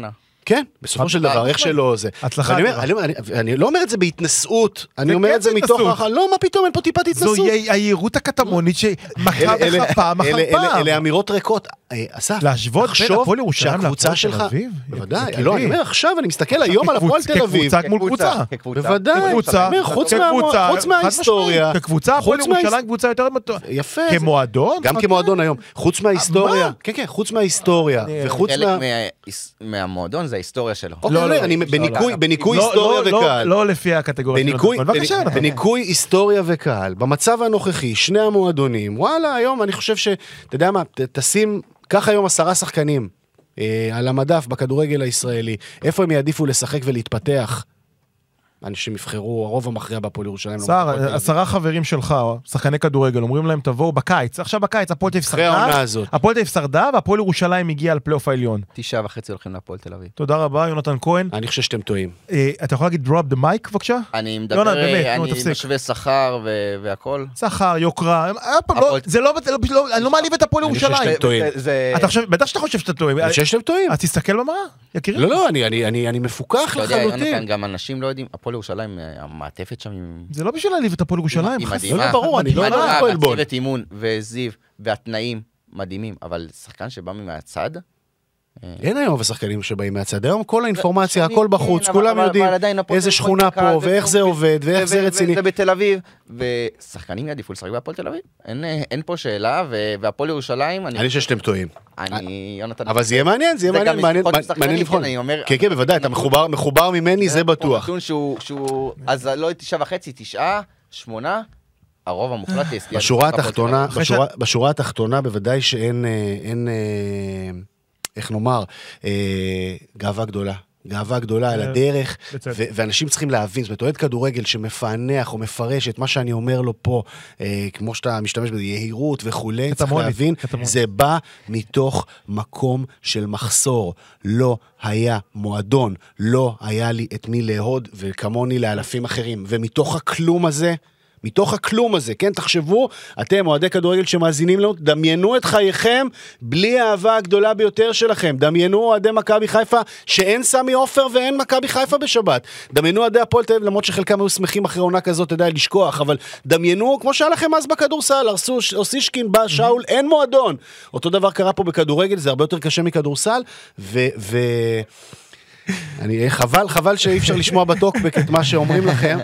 כן, בסופו של דבר, איך שלא זה. הצלחה. אני לא אומר את זה בהתנסות, אני אומר את זה מתוך... לא, מה פתאום, אין פה טיפת התנסות. זו היהירות הקטמונית שמכה בך פעם אחר פעם. אלה אמירות ריקות. אסף, להשוות בין הפועל ירושלים שהקבוצה שלך... בוודאי, לא, אני אומר עכשיו, אני מסתכל היום על הפועל תל אביב. כקבוצה מול קבוצה. בוודאי, חוץ מההיסטוריה. כקבוצה, הפועל ירושלים קבוצה יותר... יפה. כמועדון? גם כמועדון היום. חוץ מההיסטוריה. כן, כן, חוץ מההיסטוריה. וחוץ מהמועדון זה ההיסטוריה שלו. לא, לא, אני בניקוי היסטוריה וקהל. לא לפי הקטגוריה שלו. בניקוי היסטוריה וקהל. במצב הנוכחי, שני המועדונים, וואלה, היום אני חושב ש... אתה יודע מה, תשים... כך היום עשרה שחקנים על המדף בכדורגל הישראלי. איפה הם יעדיפו לשחק ולהתפתח? אנשים יבחרו, הרוב המכריע בהפועל ירושלים. שר, עשרה חברים שלך, שחקני כדורגל, אומרים להם תבואו בקיץ. עכשיו בקיץ, הפועל תל אביב שרדה, הפועל תל אביב שרדה, והפועל ירושלים הגיע על פלייאוף העליון. תשעה וחצי הולכים להפועל תל אביב. תודה רבה, יונתן כהן. אני חושב שאתם טועים. אתה יכול להגיד drop the mic, בבקשה? אני מדבר, אני משווה שכר והכל. שכר, יוקרה, זה לא, אני לא מעליב את הפועל ירושלים. בטח שאתה חושב שאתה טועים. אני חושב שאתם טועים. אז תסתכל במראה, יקירי. לא, לא, אני מפוקח לחלוטין. גם אנשים לא יודעים, הפועל ירושלים, המעטפת שם עם... זה לא בשביל להעליב את הפועל ירושלים. היא מדהימה. לא ברור, אני לא יודע מה הפועל בון. הצוות אימון וזיו והתנאים מדהימים, אבל שחקן שבא מהצד... אין היום ושחקנים שבאים מהצד. היום כל האינפורמציה, הכל בחוץ, כולם יודעים איזה שכונה פה, ואיך זה עובד, ואיך זה רציני. זה בתל אביב, ושחקנים יעדיפו לשחק בהפועל תל אביב. אין פה שאלה, והפועל ירושלים... אני חושב שאתם טועים. אני, יונתן... אבל זה יהיה מעניין, זה יהיה מעניין, מעניין לבחון. כן, כן, בוודאי, אתה מחובר ממני, זה בטוח. אז לא תשעה וחצי, תשעה, שמונה, הרוב המוחלט... בשורה התחתונה, בשורה התחתונה, בוודאי שאין, איך נאמר, גאווה גדולה. גאווה גדולה על הדרך, ואנשים צריכים להבין, זאת אומרת, אוהד כדורגל שמפענח או מפרש את מה שאני אומר לו פה, כמו שאתה משתמש בזה, יהירות וכולי, צריך להבין, זה בא מתוך מקום של מחסור. לא היה מועדון, לא היה לי את מי להוד, וכמוני לאלפים אחרים, ומתוך הכלום הזה, מתוך הכלום הזה, כן, תחשבו, אתם, אוהדי כדורגל שמאזינים לנו, דמיינו את חייכם בלי האהבה הגדולה ביותר שלכם, דמיינו אוהדי מכבי חיפה שאין סמי עופר ואין מכבי חיפה בשבת, דמיינו אוהדי הפועל תל אביב, למרות שחלקם היו שמחים אחרי עונה כזאת, אתה יודע, לשכוח, אבל דמיינו, כמו שהיה לכם אז בכדורסל, ארסו, אוסישקין, בא, שאול, אין מועדון. אותו דבר קרה פה בכדורגל, זה הרבה יותר קשה מכדורסל, ו... ו... אני, חבל, חבל שאי אפשר לשמוע בטוקבק את מה שאומרים לכם,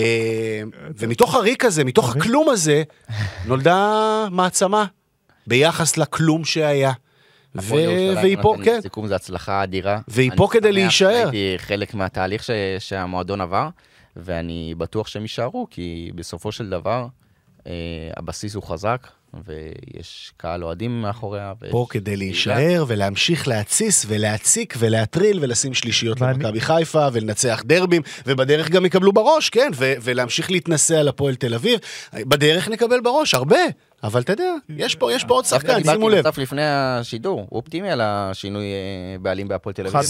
ומתוך הריק הזה, מתוך הכלום הזה, נולדה מעצמה, ביחס לכלום שהיה. והיא פה, כן. סיכום זה הצלחה אדירה. והיא פה כדי להישאר. הייתי חלק מהתהליך שהמועדון עבר, ואני בטוח שהם יישארו, כי בסופו של דבר, הבסיס הוא חזק, ויש קהל אוהדים מאחוריה. פה כדי להישאר ולהמשיך להציס ולהציק ולהטריל ולשים שלישיות למכבי חיפה ולנצח דרבים, ובדרך גם יקבלו בראש, כן, ולהמשיך להתנסה על הפועל תל אביב. בדרך נקבל בראש, הרבה. אבל אתה יודע, יש פה, יש פה עוד שחקן, שימו לב. דיברתי לפני השידור, הוא אופטימי על השינוי בעלים בהפועל תל אביב.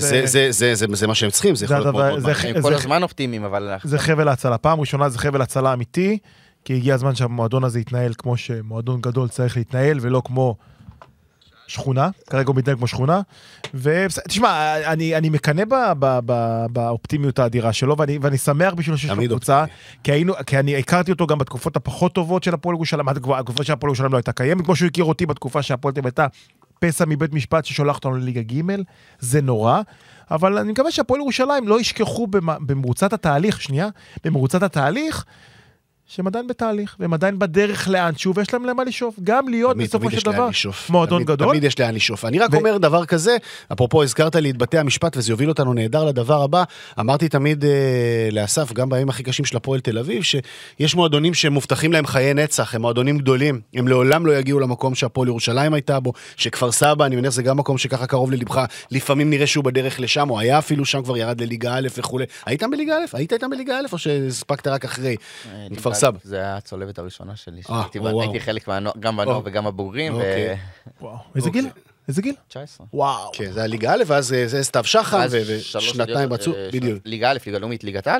זה מה שהם צריכים, זה יכול להיות מאוד מאוד. הם כל הזמן אופטימיים, אבל... זה חבל הצלה. פעם ראשונה זה חבל הצלה אמיתי, כי הגיע הזמן שהמועדון הזה יתנהל כמו שמועדון גדול צריך להתנהל, ולא כמו שכונה, כרגע הוא מתנהל כמו שכונה, ותשמע, אני, אני מקנה באופטימיות האדירה שלו, ואני, ואני שמח בשביל שיש לו קבוצה, כי, היינו, כי אני הכרתי אותו גם בתקופות הפחות טובות של הפועל ירושלים, התקופה שהפועל ירושלים לא הייתה קיימת, כמו שהוא הכיר אותי בתקופה שהפועל תל אביב הייתה פסע מבית משפט ששולח אותנו לליגה ג', זה נורא, אבל אני מקווה שהפועל ירושלים לא ישכחו במרוצת התהליך, שנייה, במרוצת התהליך, שהם עדיין בתהליך, והם עדיין בדרך לאן שוב, ויש להם למה לשאוף, גם להיות בסופו של דבר מועדון גדול. תמיד יש לאן לשאוף. אני רק אומר דבר כזה, אפרופו הזכרת לי את בתי המשפט, וזה יוביל אותנו נהדר לדבר הבא, אמרתי תמיד לאסף, גם בימים הכי קשים של הפועל תל אביב, שיש מועדונים שמובטחים להם חיי נצח, הם מועדונים גדולים, הם לעולם לא יגיעו למקום שהפועל ירושלים הייתה בו, שכפר סבא, אני מניח זה גם מקום שככה קרוב ללבך, לפעמים נראה שהוא בדרך לשם, או היה אפילו שם כבר ירד לליגה א' וכו'. הייתם בליגה א'? היית איתם בליגה א' או שהספקת רק אחרי? מכפר סבא. זה היה הצולבת הראשונה שלי. הייתי חלק גם בנוער וגם הבוגרים. איזה גיל? איזה גיל? תשע עשרה. וואו. כן, זה היה ליגה א', ואז זה סתיו שחם, ושנתיים רצו, בדיוק. ליגה א', ליגה לאומית, ליגת על,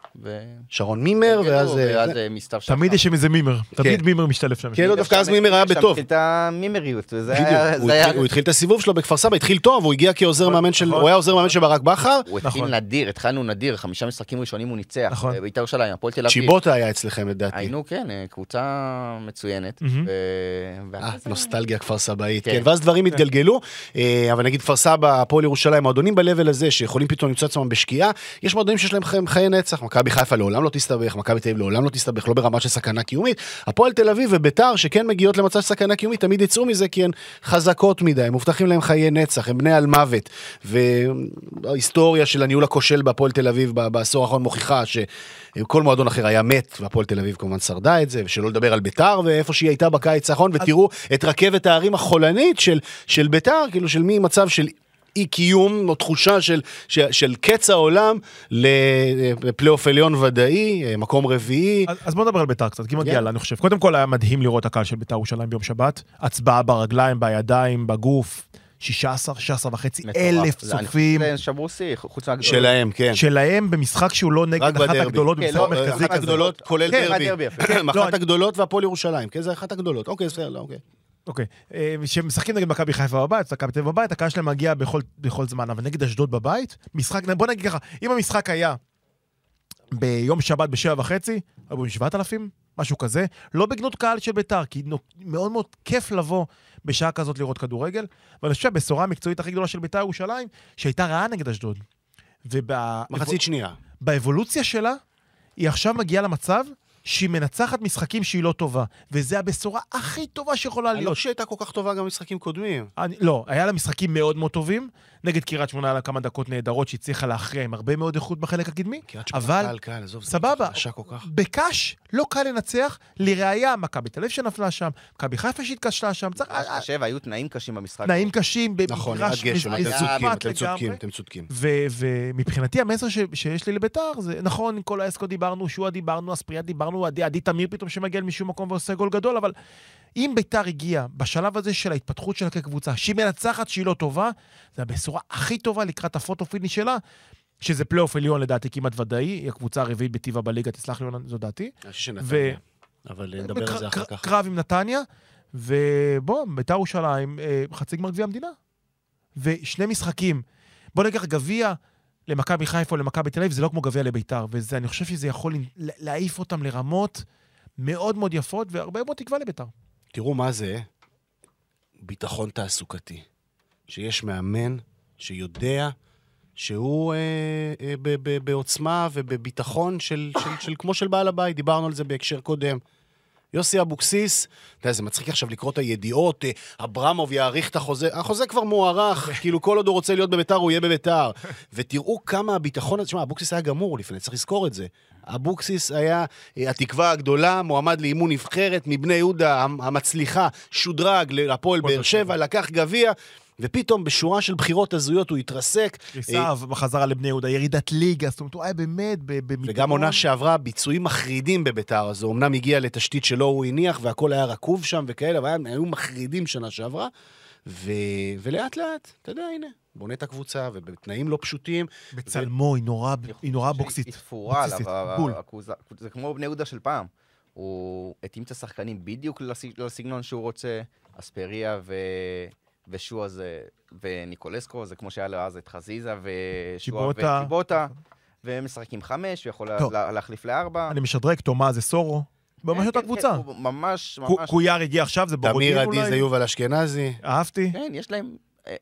שרון מימר, ואז... תמיד יש שם איזה מימר, תמיד מימר משתלב שם. כן, לא, דווקא אז מימר היה בטוב. הוא התחיל את המימריות, הוא התחיל את הסיבוב שלו בכפר סבא, התחיל טוב, הוא הגיע כעוזר מאמן של... הוא היה עוזר מאמן של ברק בכר. הוא התחיל נדיר, התחלנו נדיר, חמישה משחקים ראשונים הוא ניצח. בית"ר ירושלים, הפועל תל אביב. צ'יבוטה היה אצלכם, לדעתי. היינו, כן, קבוצה מצוינת. נוסטלגיה כפר סבאית. כן, ואז דברים התגלגלו, אבל נגיד כפר סבא, הפועל ירושלים, מועדונים ב-level הזה שיכולים פתאום למצוא עצמם בשקיעה, יש מועדונים שיש להם חיי נצח, מכבי חיפה לעולם לא תסתבך, מכבי תל אביב לעולם לא תסתבך, לא ברמה של סכנה קיומית. הפועל תל אביב וביתר שכן מגיעות למצב סכנה קיומית, תמיד יצאו מזה כי הן חזקות מדי, הם מובטחים להם חיי נצח, הם בני על מוות. וההיסטוריה של הניהול הכושל בהפועל תל אביב בעשור האחרון מוכיחה שכל מועדון אחר היה מת, והפועל תל אביב כמובן שרדה את זה, ושלא לדבר על ביתר ואיפה שהיא הייתה בקיץ האחרון, ותראו את רכבת הערים החולנית של של ביתר, כאילו של מי מצב של אי קיום, או תחושה של, של, של קץ העולם לפלייאוף עליון ודאי, מקום רביעי. אז, אז בוא נדבר על ביתר קצת, כי מגיע לה, אני חושב. קודם כל היה מדהים לראות הקהל של ביתר ירושלים ביום שבת, הצבעה ברגליים, בידיים, בגוף, שישה עשר, שישה עשר וחצי אלף צופים. שברו שיא, חוץ מהגדולות. שלהם, כן. שלהם במשחק שהוא לא נגד אחת הגדולות, במשחק מרכזי כזה. אחת הגדולות, כולל דרבי. אחת הגדולות והפועל ירושלים, כן, זה אחת הגדולות. אוקיי, בסדר, לא, אוקיי. אוקיי, שמשחקים נגד מכבי חיפה בבית, מכבי תל אביב בבית, הקהל שלהם מגיע בכל, בכל זמן, אבל נגד אשדוד בבית, משחק, בוא נגיד ככה, אם המשחק היה ביום שבת בשבע וחצי, או בשבעת אלפים, משהו כזה, לא בגנות קהל של ביתר, כי מאוד מאוד כיף לבוא בשעה כזאת לראות כדורגל, ואני חושב שהבשורה המקצועית הכי גדולה של ביתר ירושלים, שהייתה רעה נגד אשדוד. מחצית שנייה. באבולוציה שלה, היא עכשיו מגיעה למצב, שהיא מנצחת משחקים שהיא לא טובה, וזה הבשורה הכי טובה שיכולה להיות. אני לא שהייתה כל כך טובה גם משחקים קודמים. אני, לא, היה לה משחקים מאוד מאוד טובים, נגד קריית שמונה היה לה כמה דקות נהדרות שהצליחה להכריע עם הרבה מאוד איכות בחלק הקדמי, אבל קל, קל, עזוב, סבבה, בקש לא קל לנצח, לראיה מכבי תל אביב שנפלה שם, מכבי חיפה שהתקשלה שם, צריך... חשב, היו תנאים קשים במשחק. תנאים קשים, נכון, עד גשם, אתם צודקים, אתם צודקים, אתם צודקים. ומבחינתי המסר שיש לי לביתר, זה נכון, כל האסקו דיברנו, שועה דיברנו, אספריה דיברנו, עדי תמיר פתאום שמגיע משום מקום ועושה גול גדול, אבל אם ביתר הגיע בשלב הזה של ההתפתחות שלה כקבוצה, שהיא מנצחת שהיא לא טובה, זה הבשורה הכי טובה לקראת הפוטופיני שלה, שזה פלייאוף עליון לדעתי כמעט ודאי, היא הקבוצה הרביעית בטיבה בליגה, תסלח לי זו דעתי. אבל נדבר על זה אחר כך. קרב עם נתניה, ובוא, ביתר ירושלים, חצי גמר גביע המדינה. ושני משחקים, בוא ניקח גביע למכבי חיפה או למכבי תל אביב, זה לא כמו גביע לביתר, וזה, אני חושב שזה יכול להעיף אותם לרמות מאוד מאוד יפות, והרבה מאוד תקווה לביתר. תראו מה זה, ביטחון תעסוקתי. שיש מאמן שיודע שהוא אה, אה, ב- ב- בעוצמה ובביטחון של, של, של, כמו של בעל הבית, דיברנו על זה בהקשר קודם. יוסי אבוקסיס, אתה יודע, זה מצחיק עכשיו לקרוא את הידיעות, אברמוב יעריך את החוזה, החוזה כבר מוערך, כאילו כל עוד הוא רוצה להיות בביתר, הוא יהיה בביתר. ותראו כמה הביטחון, תשמע, אבוקסיס היה גמור לפני, צריך לזכור את זה. אבוקסיס היה התקווה הגדולה, מועמד לאימון נבחרת, מבני יהודה המצליחה, שודרג להפועל באר שבע, לקח גביע, ופתאום בשורה של בחירות הזויות הוא התרסק. קריסה בחזרה לבני יהודה, ירידת ליגה, זאת אומרת, הוא היה באמת במדרון. וגם עונה שעברה ביצועים מחרידים בביתר, אז הוא אמנם הגיע לתשתית שלו הוא הניח, והכל היה רכוב שם וכאלה, אבל היו מחרידים שנה שעברה, ו... ולאט לאט, אתה יודע, הנה, בונה את הקבוצה, ובתנאים לא פשוטים. בצלמו, ו... היא נורא, היא נורא בוקסית. היא תפורה עליו, זה כמו בני יהודה של פעם. הוא התאים את השחקנים בדיוק לסגנון שהוא רוצה, אספריה ו... ושועה זה, וניקולסקו, זה כמו שהיה לו אז את חזיזה, ושועה וציבוטה, והם משחקים חמש, ויכול להחליף לארבע. אני משדרק, תומה זה סורו, ממש אותה קבוצה. ממש, ממש. קויאר הגיע עכשיו, זה בורודין אולי. תמיר עדי זה יובל אשכנזי. אהבתי. כן, יש להם,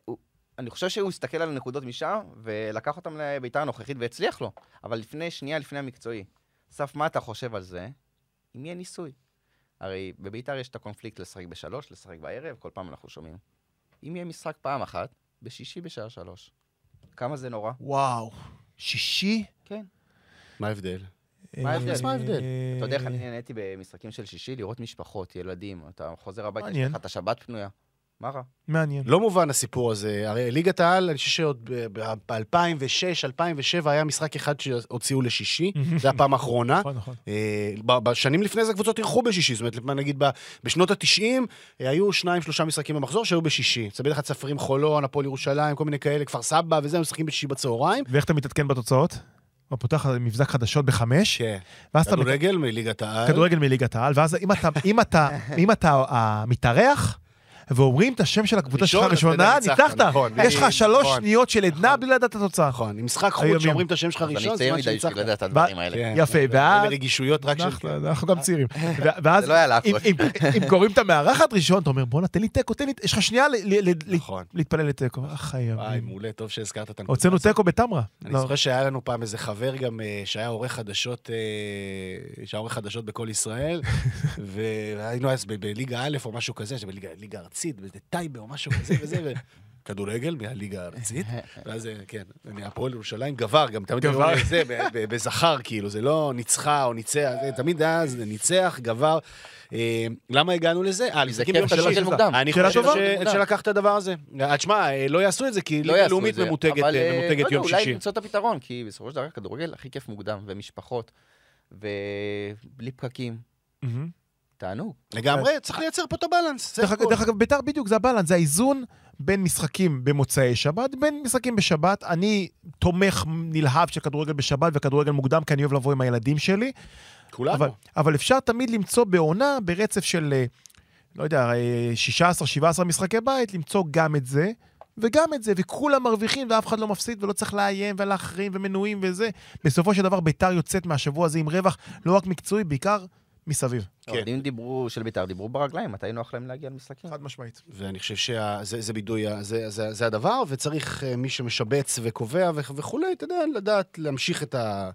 אני חושב שהוא הסתכל על הנקודות משם, ולקח אותם לביתר הנוכחית, והצליח לו. אבל לפני, שנייה לפני המקצועי. סף, מה אתה חושב על זה? אם יהיה ניסוי. הרי בביתר יש את הקונפליקט לשחק בשלוש, לשחק בערב, כל פעם אנחנו שומעים. אם יהיה משחק פעם אחת, בשישי בשעה שלוש. כמה זה נורא? וואו, שישי? כן. מה ההבדל? מה ההבדל? מה ההבדל? אתה יודע איך אני נהניתי במשחקים של שישי, לראות משפחות, ילדים, אתה חוזר הביתה, יש לך את השבת פנויה. מה רע? מעניין. לא מובן הסיפור הזה. הרי ליגת העל, אני חושב שעוד ב-אלפיים ושש אלפיים ושבע היה משחק אחד שהוציאו לשישי, זה הפעם האחרונה. נכון, נכון. בשנים לפני זה קבוצות אירחו בשישי, זאת אומרת, נגיד בשנות ה-תשעים, היו שניים, שלושה משחקים במחזור שהיו בשישי. זה בטח צפרים חולון, הפועל ירושלים, כל מיני כאלה, כפר סבא, וזה, משחקים בשישי בצהריים. ואיך אתה מתעדכן בתוצאות? הוא פותח מבזק חדשות בחמש. כן. כדורגל מליגת העל. כדורגל מליגת העל, ואז אם אתה, אם אתה, אם אתה מתארח, ואומרים את השם של הקבוצה שלך ראשונה, ניצחת. יש לך שלוש שניות של עדנה בלי לדעת את התוצאה. נכון, עם משחק חוץ שאומרים את השם שלך ראשון, אז אני צעיר מדי לדעת את הדברים האלה. יפה, ואז... אלה רגישויות רק של... אנחנו גם צעירים. ואז, אם קוראים את המארחת ראשון, אתה אומר, בוא נתן לי טקו, תן לי... יש לך שנייה להתפלל לטקו. חייבים. וואי, מעולה, טוב שהזכרת את הנקודה. הוצאנו טקו בתמרה. אני זוכר שהיה לנו פעם איזה חבר גם, שהיה עורך חדשות, שהיה עורך חדשות בכל ישראל, והיינו אז בליגה א' או משהו כזה, בליגה ארצית, באיזה טייבה או משהו כזה וזה, וכדורגל מהליגה הארצית, ואז, כן, מהפועל ירושלים גבר, גם תמיד גבר זה, בזכר, כאילו, זה לא ניצחה או ניצח, תמיד היה, זה ניצח, גבר. למה הגענו לזה? אה, זה כיף של מוקדם. אני חושב שלקח את הדבר הזה. תשמע, לא יעשו את זה, כי ליגה לאומית ממותגת יום שישי. אולי למצוא את הפתרון, כי בסופו של דבר כדורגל הכי כיף מוקדם, ומשפחות, ובלי פקקים. תענו. לגמרי, צריך לייצר פה את הבלנס. דרך אגב, בית"ר בדיוק, זה הבלנס, זה האיזון בין משחקים במוצאי שבת, בין משחקים בשבת. אני תומך נלהב של כדורגל בשבת וכדורגל מוקדם, כי אני אוהב לבוא עם הילדים שלי. כולנו. אבל, אבל אפשר תמיד למצוא בעונה, ברצף של, לא יודע, שישה עשר שבע עשרה משחקי בית, למצוא גם את זה, וגם את זה, וכולם מרוויחים, ואף אחד לא מפסיד, ולא צריך לאיים ולהחרים ומנויים וזה. בסופו של דבר, בית"ר יוצאת מהשבוע הזה עם רווח, לא רק מקצועי, בעיקר מסביב. אם דיברו של בית"ר, דיברו ברגליים, מתי נוח להם להגיע למשחקים? חד משמעית. ואני חושב שזה בידוי, זה הדבר, וצריך מי שמשבץ וקובע וכולי, אתה יודע, לדעת להמשיך את ה...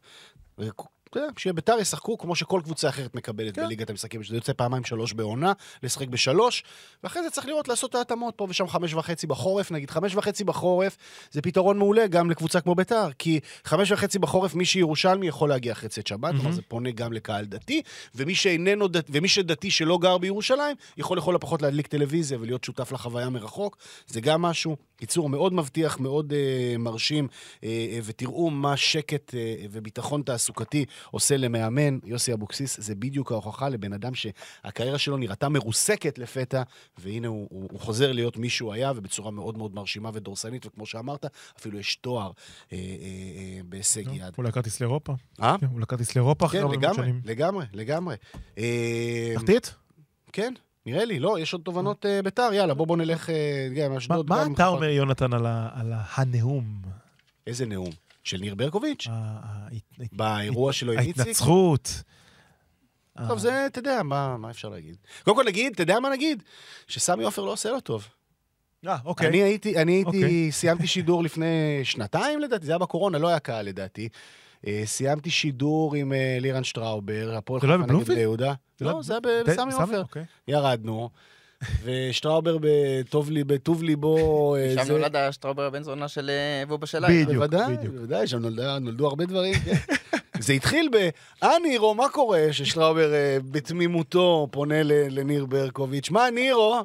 שבית"ר ישחקו כמו שכל קבוצה אחרת מקבלת בליגת המשחקים, שזה יוצא פעמיים שלוש בעונה, לשחק בשלוש, ואחרי זה צריך לראות לעשות את ההתאמות פה ושם חמש וחצי בחורף, נגיד חמש וחצי בחורף, זה פתרון מעולה גם לקבוצה כמו בית"ר, כי חמש וחצי בחורף מי שירושלמי יכול להגיע אחרי צאת שבת, כלומר זה פונה גם לקהל דתי, ומי שאיננו דת, ומי שדתי שלא גר בירושלים, יכול לכל הפחות להדליק טלוויזיה ולהיות שותף לחוויה מרחוק, זה גם משהו, קיצור מאוד מבטיח, מאוד uh, מרשים, uh, uh, ותראו מה שקט uh, וביטחון תעסוקתי עושה למאמן. יוסי אבוקסיס זה בדיוק ההוכחה לבן אדם שהקריירה שלו נראתה מרוסקת לפתע, והנה הוא, הוא, הוא חוזר להיות מי שהוא היה, ובצורה מאוד מאוד מרשימה ודורסנית, וכמו שאמרת, אפילו יש תואר אה, אה, אה, בהישג יד. הוא לקרטיס לאירופה. אה? הוא לקרטיס לאירופה. כן, לגמרי, לגמרי, לגמרי. תחתית? כן. נראה לי, לא, יש עוד תובנות uh, בית"ר, יאללה, בוא בוא נלך... Uh, מה, מה אתה אומר, יונתן, על, ה, על הנאום? איזה נאום? של ניר ברקוביץ'? באירוע שלו עם איציק? ההתנצחות. טוב, זה, אתה יודע, מה, מה אפשר להגיד? קודם כל נגיד, אתה יודע מה נגיד? שסמי עופר לא עושה לו טוב. אה, אוקיי. אני הייתי, אני הייתי, סיימתי שידור לפני שנתיים, לדעתי, זה היה בקורונה, לא היה קהל, לדעתי. סיימתי שידור עם לירן שטראובר, הפועל חיפה נגד בני יהודה. לא, זה היה בסמי עופר. ירדנו, ושטראובר בטוב ליבו... שם נולד השטראובר הבן זונה של אבו בשליים. בדיוק, בוודאי, בוודאי, שם נולדו הרבה דברים. זה התחיל ב... אה, נירו, מה קורה ששטראובר בתמימותו פונה לניר ברקוביץ'? מה, נירו?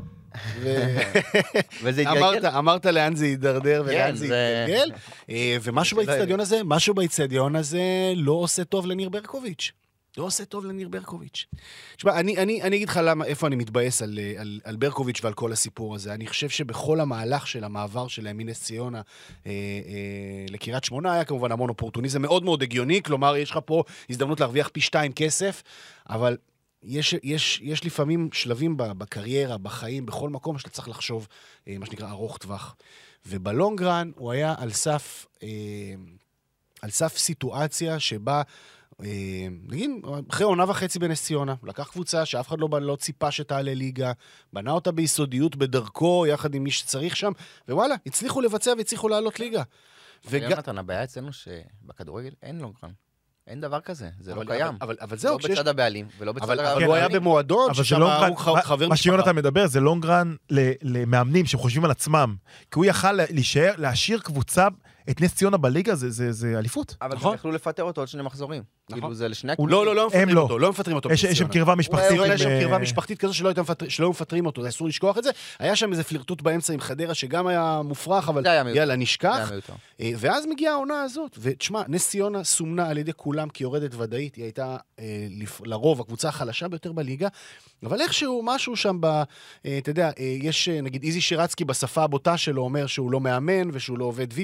וזה התגלגל. אמרת לאן זה יידרדר ולאן זה יתגלגל, ומשהו באצטדיון הזה, משהו באצטדיון הזה לא עושה טוב לניר ברקוביץ'. לא עושה טוב לניר ברקוביץ'. תשמע, אני, אני, אני אגיד לך למה, איפה אני מתבאס על, על, על ברקוביץ' ועל כל הסיפור הזה. אני חושב שבכל המהלך של המעבר שלהם מנס ציונה אה, אה, לקריית שמונה, היה כמובן המון אופורטוניזם מאוד מאוד הגיוני, כלומר, יש לך פה הזדמנות להרוויח פי שתיים כסף, אבל יש, יש, יש לפעמים שלבים בקריירה, בחיים, בכל מקום שאתה צריך לחשוב, אה, מה שנקרא, ארוך טווח. ובלונגרן הוא היה על סף, אה, על סף סיטואציה שבה, נגיד, אחרי עונה וחצי בנס ציונה, הוא לקח קבוצה שאף אחד לא, לא ציפה שתעלה ליגה, בנה אותה ביסודיות בדרכו, יחד עם מי שצריך שם, ווואלה, הצליחו לבצע והצליחו לעלות ליגה. יונתן, הבעיה אצלנו שבכדורגל אין לונגרן. אין דבר כזה, זה לא קיים. אבל, אבל זהו, לא בצד הבעלים, ולא בצד הבעלים. אבל הוא היה במועדון, ששם הוא חבר משפחה. מה שיונתן מדבר, זה לונגרן למאמנים שחושבים על עצמם, כי הוא יכל להשאיר קבוצה, את נס ציונה בליגה, זה אליפות. אבל הם יכלו לפטר אותו עוד שני מחזורים. כאילו זה לשני הקבוצות. לא, לא, לא מפטרים אותו, לא מפטרים אותו. יש שם קרבה משפחתית. יש שם קרבה משפחתית כזו שלא מפטרים אותו, זה אסור לשכוח את זה. היה שם איזה פלירטוט באמצע עם חדרה, שגם היה מופרך, אבל יאללה, נשכח. ואז מגיעה העונה הזאת, ותשמע, נס ציונה סומנה על ידי כולם כיורדת ודאית, היא הייתה לרוב הקבוצה החלשה ביותר בליגה, אבל איכשהו משהו שם, אתה יודע, יש נגיד איזי שירצקי בשפה הבוטה שלו אומר שהוא לא מאמן ושהוא לא עובד וידאו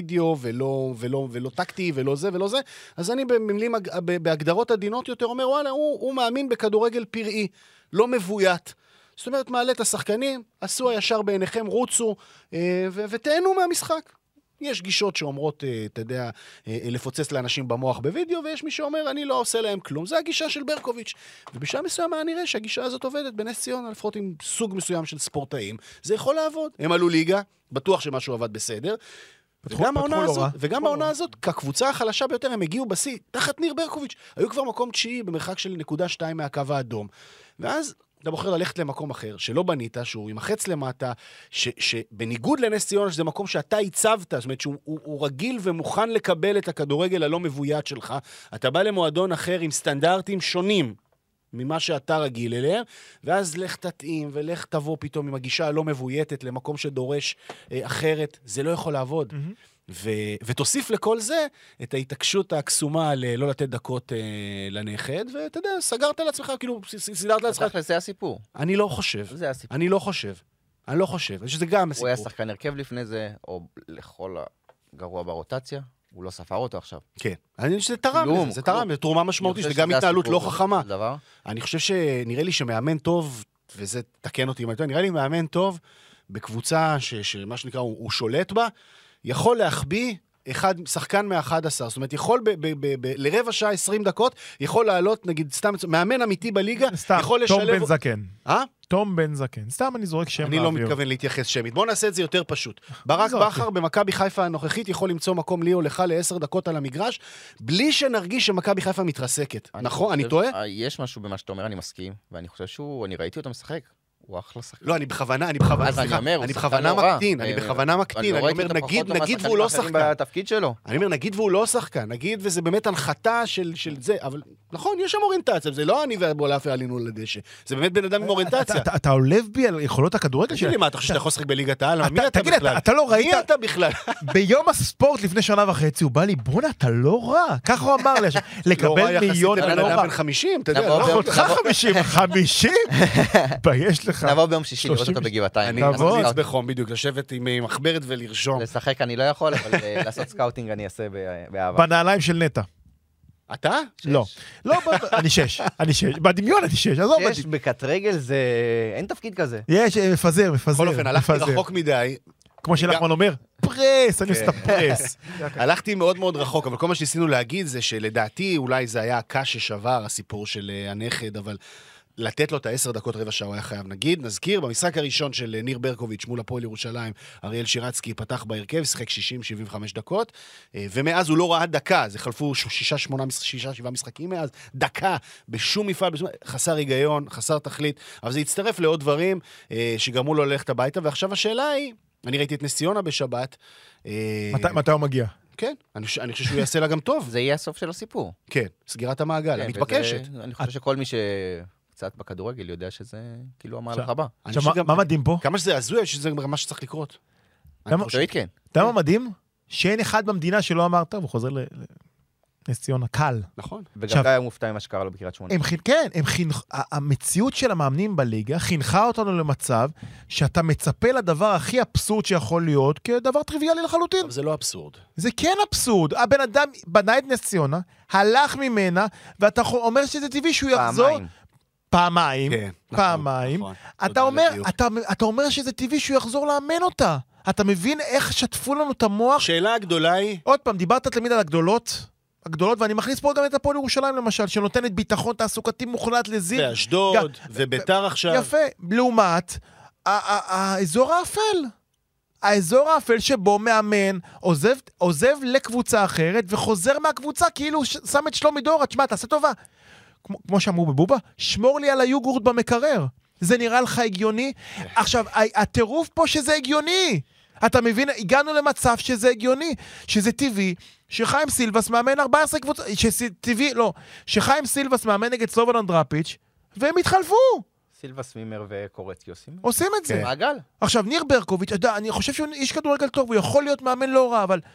ולא, ולא, ולא טקטי, ולא זה ולא זה, אז אני במילים, בהגדרות עדינות יותר אומר, וואלה, הוא, הוא מאמין בכדורגל פראי, לא מבוית. זאת אומרת, מעלה את השחקנים, עשו הישר בעיניכם, רוצו, ו- ותהנו מהמשחק. יש גישות שאומרות, אתה יודע, לפוצץ לאנשים במוח בווידאו, ויש מי שאומר, אני לא עושה להם כלום. זה הגישה של ברקוביץ'. ובשעה מסוים אני נראה שהגישה הזאת עובדת בנס ציונה, לפחות עם סוג מסוים של ספורטאים. זה יכול לעבוד. הם עלו ליגה, בטוח שמשהו עבד בסדר. וגם העונה הזאת, וגם העונה הזאת, כקבוצה החלשה ביותר, הם הגיעו בסי, תחת ניר ברקוביץ'. היו כבר מקום תשיעי במרחק של נקודה שתיים מהקו האדום. ואז אתה בוחר ללכת למקום אחר, שלא בנית, שהוא עם החץ למטה, ש, שבניגוד לנס ציונה, שזה מקום שאתה הצבת, זאת אומרת שהוא הוא, הוא רגיל ומוכן לקבל את הכדורגל הלא מבוית שלך, אתה בא למועדון אחר עם סטנדרטים שונים ממה שאתה רגיל אליהם, ואז לך תתאים ולך תבוא פתאום עם הגישה הלא מבויתת למקום שדורש אה, אחרת, זה לא יכול לעבוד. Mm-hmm. ו- ותוסיף לכל זה את ההתעקשות הקסומה ללא לתת דקות אה, לנכד, ואתה יודע, סגרת לעצמך, כאילו, סידרת לעצמך. זה הסיפור. אני לא חושב. זה הסיפור. אני לא חושב. אני לא חושב. שזה גם הסיפור. הוא היה שחקן הרכב לפני זה, או לכל הגרוע ברוטציה, הוא לא ספר אותו עכשיו. כן. אני חושב שזה תרם, זה תרם, זה תרומה משמעותית, זה גם התנהלות לא חכמה. אני חושב שנראה לי שמאמן טוב, וזה תקן אותי, נראה לי מאמן טוב, בקבוצה שמה שנקרא הוא שולט בה, יכול להחביא אחד, שחקן מה-אחד עשר, זאת אומרת, יכול ב- ב- ב- ב- לרבע שעה עשרים דקות, יכול לעלות, נגיד, סתם, מאמן אמיתי בליגה, סתם, יכול תום לשלב... בן זקן. אה? תום בן זקן. סתם אני זורק שם אני באוויר. לא מתכוון להתייחס שמית. בואו נעשה את זה יותר פשוט. ברק בכר במכבי חיפה הנוכחית יכול למצוא מקום לי או לך לעשר דקות על המגרש, בלי שנרגיש שמכבי חיפה מתרסקת. נכון? אני טועה? יש משהו במה שאתה אומר, אני מסכים, ואני חושב שהוא, אני ראיתי אותו משחק. הוא אחלה שחקן. לא, אני בכוונה, אני בכוונה, סליחה, אני בכוונה מקטין, אני בכוונה מקטין, אני אומר, נגיד, נגיד והוא לא שחקן. בתפקיד שלו. אני אומר, נגיד והוא לא שחקן, נגיד וזה באמת הנחתה של זה, אבל נכון, יש שם אוריינטציה, זה לא אני ובולאפי עלינו לדשא, זה באמת בן אדם עם אוריינטציה. אתה עולב בי על יכולות הכדורגל שלי? תגיד לי, מה, אתה חושב שאתה יכול לשחק בליגת העל? מי אתה בכלל? אתה לא ראית? מי אתה בכלל? ביום הספורט לפני שנה וחצי, הוא בא לי, בונה, אתה לא רע. ככה הוא אמר לי, לקבל מיליון ולא רע. בן חמישים, אתה יודע, לא אותך חמישים, חמישים? ביש לך. נבוא ביום שישי לראות אותו בגבעתיים. אני ממליץ בחום, בדיוק, לשבת עם מחברת ולרשום. לשחק אני לא יכול, אבל לעשות סקאוטינג אני אעשה באהבה. בנעליים של נטע. אתה? לא. לא, אני שש. אני שש. בדמיון אני שש. שש בקט רגל זה... אין תפקיד כזה. יש, מפזר, מפזר. בכל אופן, הלכתי רחוק מדי. כמו שלחמן אומר, פרס, אני עושה את הפרס. הלכתי מאוד מאוד רחוק, אבל כל מה שניסינו להגיד זה שלדעתי אולי זה היה הקש ששבר, הסיפור של הנכד, אבל לתת לו את העשר דקות רבע שעה הוא היה חייב. נגיד, נזכיר, במשחק הראשון של ניר ברקוביץ' מול הפועל ירושלים, אריאל שירצקי פתח בהרכב, שחק שישים שבעים וחמש דקות, ומאז הוא לא ראה דקה, זה חלפו שישה, שמונה, שישה, שבעה משחקים מאז, דקה, בשום מפעל, בשום... חסר היגיון, חסר תכלית, אבל זה הצטרף לעוד דברים שגרמו לו ללכת הביתה, ועכשיו השאלה היא, אני ראיתי את נס ציונה בשבת. מתי הוא מגיע? כן, אני חושב שהוא יעשה לה גם טוב. זה יהיה הסוף של הסיפור. כן, סגירת המעגל, המתבקשת. אני חושב שכל מי ש... קצת בכדורגל יודע שזה כאילו המהלך הבא. עכשיו, מה מדהים פה? כמה שזה הזוי, שזה מה שצריך לקרות. אני חושב כן. אתה יודע מה מדהים? שאין אחד במדינה שלא אמר, טוב, הוא חוזר לנס ציונה, קל. נכון. וגם אתה היה מופתע עם מה שקרה לו בקריית שמונה. כן, המציאות של המאמנים בליגה חינכה אותנו למצב שאתה מצפה לדבר הכי אבסורד שיכול להיות כדבר טריוויאלי לחלוטין. אבל זה לא אבסורד. זה כן אבסורד. הבן אדם בנה את נס ציונה, הלך ממנה, ואתה אומר שזה טבעי שהוא יחזור... פעמיים, כן, פעמיים. נכון, אתה אומר, אתה, אתה אומר שזה טבעי שהוא יחזור לאמן אותה. אתה מבין איך שטפו לנו את המוח? שאלה הגדולה היא... עוד פעם, דיברת תמיד על הגדולות, הגדולות, ואני מכניס פה גם את הפועל ירושלים למשל, שנותנת ביטחון תעסוקתי מוחלט לזיו. באשדוד, וביתר עכשיו. יפה, לעומת האזור האפל. האזור האפל שבו מאמן עוזב, עוזב לקבוצה אחרת, וחוזר מהקבוצה כאילו שם את שלומי דורה. תשמע, תעשה טובה. כמו, כמו שאמרו בבובה, שמור לי על היוגורט במקרר. זה נראה לך הגיוני? עכשיו, הטירוף פה שזה הגיוני. אתה מבין? הגענו למצב שזה הגיוני, שזה טבעי, שחיים סילבס מאמן ארבע עשרה קבוצות, שטבעי, לא, שחיים סילבס מאמן נגד סלובודן אנדראפיץ', והם התחלפו. סילבס מימר וקורצקי עושים? עושים את זה. מעגל. עכשיו, ניר ברקוביץ', אני חושב שהוא איש כדורגל טוב, הוא יכול להיות מאמן לא רע, אבל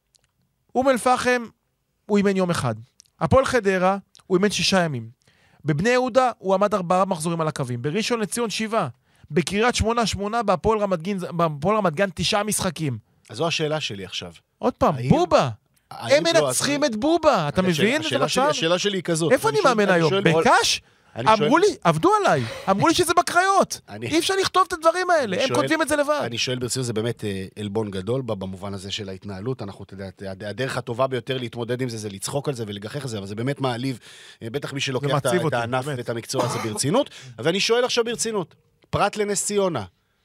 אום אל-פחם, הוא אימן יום אחד. הפועל חדרה, הוא אימן שישה ימים. בבני יהודה הוא עמד ארבעה מחזורים על הקווים. בראשון לציון שבעה. בקריית שמונה שמונה, בהפועל רמת גן, בהפועל רמת גן תשעה משחקים. אז זו השאלה שלי עכשיו. עוד פעם, בובה. הם מנצחים את בובה, אתה מבין? השאלה שלי היא כזאת. איפה אני מאמן היום? בקש? אמרו לי, עבדו עליי, אמרו לי שזה בקריות. אי אפשר לכתוב את הדברים האלה, הם כותבים את זה לבד. אני שואל ברצינות, זה באמת אלבון גדול במובן הזה של ההתנהלות. אנחנו, אתה יודע, הדרך הטובה ביותר להתמודד עם זה, זה לצחוק על זה ולגחך על זה, אבל זה באמת מעליב, בטח מי שלוקח את הענף ואת המקצוע הזה ברצינות. ואני שואל עכשיו ברצינות, פרט לנס ציונה,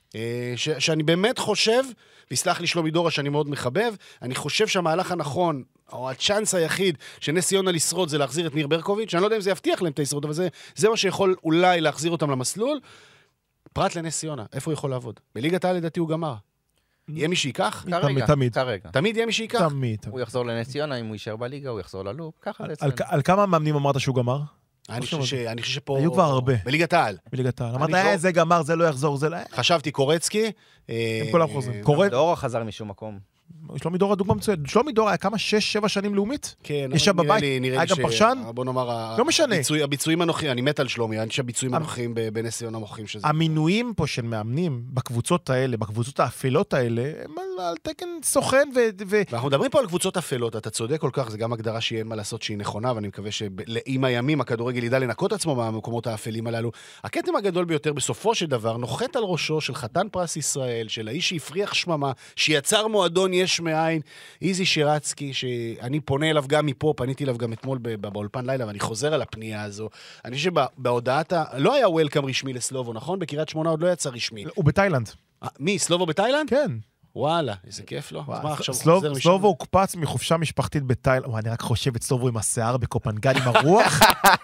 שאני באמת חושב, ויסלח לי שלומי דורה שאני מאוד מחבב, אני חושב שהמהלך הנכון, או הצ'אנס היחיד שנס ציונה לשרוד זה להחזיר את ניר ברקוביץ', אני לא יודע אם זה יבטיח להם את הישרוד, אבל זה, זה מה שיכול אולי להחזיר אותם למסלול. פרט לנס ציונה, איפה הוא יכול לעבוד? בליגת העל לדעתי הוא גמר. יהיה מי שיקח? כרגע, תמיד. כרגע. תמיד יהיה מי שיקח? תמיד. הוא יחזור לנס ציונה, אם הוא יישאר בליגה, הוא יחזור ללופ, ככה זה על, אצלנו. על כמה מאמנים אמרת שהוא גמר? אני חושב שפה... היו כבר הרבה. בליגת העל. בליגת העל. אמרת, אה, זה גמר, זה לא יחזור, זה לא... חשבתי קורצקי. הם כולם חוזרים. דורה חזר משום מקום. שלומי דורה דוגמה מצוינת. שלומי דורה היה כמה שש, שבע שנים לאומית? כן. ישב בבית, היה גם פרשן? בוא נאמר, לא משנה. הביצועים הנוחים, אני מת על שלומי, אני חושב הביצועים הנוחים בנס ציונה מוחים שזה. המינויים פה של מאמנים בקבוצות האלה, בקבוצות האפלות האלה, הם על תקן סוכן ו... ואנחנו מדברים פה על קבוצות אפלות, אתה צודק כל כך, זה גם הגדרה שיהיה מה לעשות שהיא נכונה, ואני מקווה שעם הימים הכדורגל ידע לנקות עצמו מהמקומות האפלים הללו. הכתם הגדול ביותר בסופו של דבר נוחת על ראשו של חתן פרס ישראל, של האיש שהפריח שממה, שיצר מועדון יש מאין, איזי שירצקי, שאני פונה אליו גם מפה, פניתי אליו גם אתמול באולפן לילה, ואני חוזר על הפנייה הזו. אני חושב שבהודעת, לא היה וולקאם רשמי לסלובו, נכון? בקריית שמונה עוד לא יצא רשמי. הוא בתאילנד. מי? סלובו בתאילנד? כן. וואלה, איזה כיף לו. סלובו הוקפץ מחופשה משפחתית בתאילנד. אני רק חושב את סלובו עם השיער בקופנגן עם הרוח.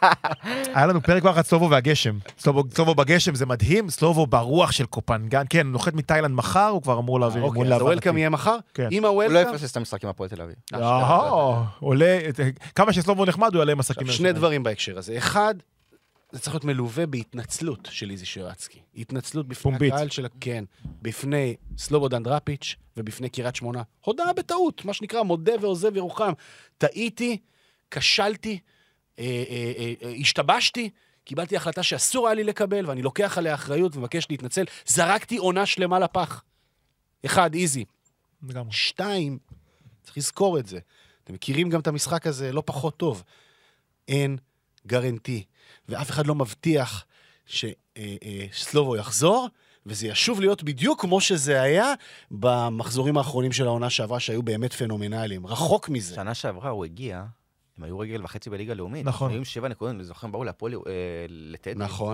היה לנו פרק כבר אחת סלובו והגשם. סלובו בגשם זה מדהים, סלובו ברוח של קופנגן. כן, נוחת מתאילנד מחר, הוא כבר אמור להעביר. אוקיי, אז הוולקאם יהיה מחר? הוא לא יפסס את המשחק עם הפועל תל אביב. עולה, כמה שסלובו נחמד, הוא יעלה עם עסקים. שני דברים בהקשר הזה. אחד, זה צריך להיות מלווה בהתנצלות של איזי שירצקי. התנצלות בפני הקהל של... כן, בפני סלובודן דראפיץ' ובפני קריית שמונה. הודעה בטעות, מה שנקרא, מודה ועוזב ירוחם. טעיתי, כשלתי, אה, אה, אה, השתבשתי, קיבלתי החלטה שאסור היה לי לקבל, ואני לוקח עליה אחריות ומבקש להתנצל. זרקתי עונה שלמה לפח. אחד, איזי. לגמרי. שתיים, צריך לזכור את זה. אתם מכירים גם את המשחק הזה לא פחות טוב. אין גרנטי. ואף אחד לא מבטיח שסלובו יחזור, וזה ישוב להיות בדיוק כמו שזה היה במחזורים האחרונים של העונה שעברה, שהיו באמת פנומנליים. רחוק מזה. שנה שעברה הוא הגיע, הם היו רגל וחצי בליגה לאומית. נכון. היו עם שבע נקודות, אני זוכר, באו להפועל לטדי. נכון.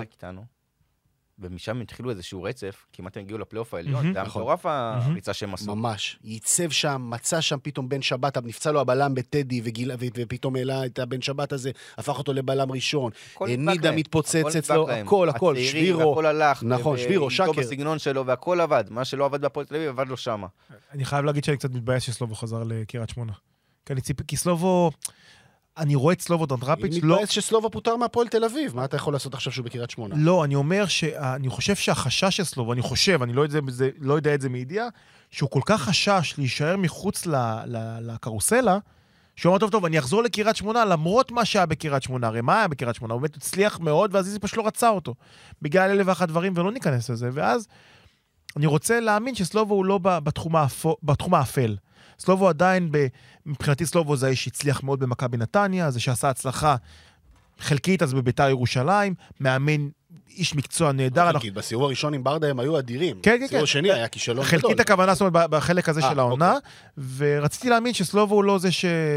ומשם התחילו איזשהו רצף, כמעט הם הגיעו לפלייאוף העליון, זה היה מטורף הריצה שהם עשו. ממש. ייצב שם, מצא שם פתאום בן שבת, נפצע לו הבלם בטדי, ופתאום העלה את הבן שבת הזה, הפך אותו לבלם ראשון. נידה מתפוצץ אצלו, הכל, הכל, שבירו. הכל הלך. נכון, שבירו, שקר. איתו בסגנון שלו, והכל עבד. מה שלא עבד בהפועל תל אביב, עבד לו שמה. אני חייב להגיד שאני קצת מתבייש שסלובו חזר לקריית שמונה. כי סלובו... אני רואה את סלובו דראפיץ' לא... מתבאס שסלובו פוטר מהפועל תל אביב, מה אתה יכול לעשות עכשיו שהוא בקריית שמונה? לא, אני אומר שאני חושב שהחשש של סלובו, אני חושב, אני לא יודע, זה, לא יודע את זה מידיעה, שהוא כל כך חשש להישאר מחוץ ל, ל, לקרוסלה, שהוא אומר, טוב, טוב, אני אחזור לקריית שמונה, למרות מה שהיה בקריית שמונה, הרי מה היה בקריית שמונה? הוא באמת הצליח מאוד, ואז איזי פשוט לא רצה אותו, בגלל אלף ואחת דברים, ולא ניכנס לזה, ואז אני רוצה להאמין שסלובו הוא לא בתחום, האפו, בתחום האפל. סלובו עדיין, מבחינתי סלובו זה האיש שהצליח מאוד במכבי נתניה, זה שעשה הצלחה חלקית אז בביתר ירושלים, מאמן איש מקצוע נהדר. חלקית, בסיבוב הראשון עם ברדה הם היו אדירים. כן, כן, כן. בסיבוב השני היה כישלון גדול. חלקית הכוונה, זאת אומרת, בחלק הזה של העונה, ורציתי להאמין שסלובו הוא לא זה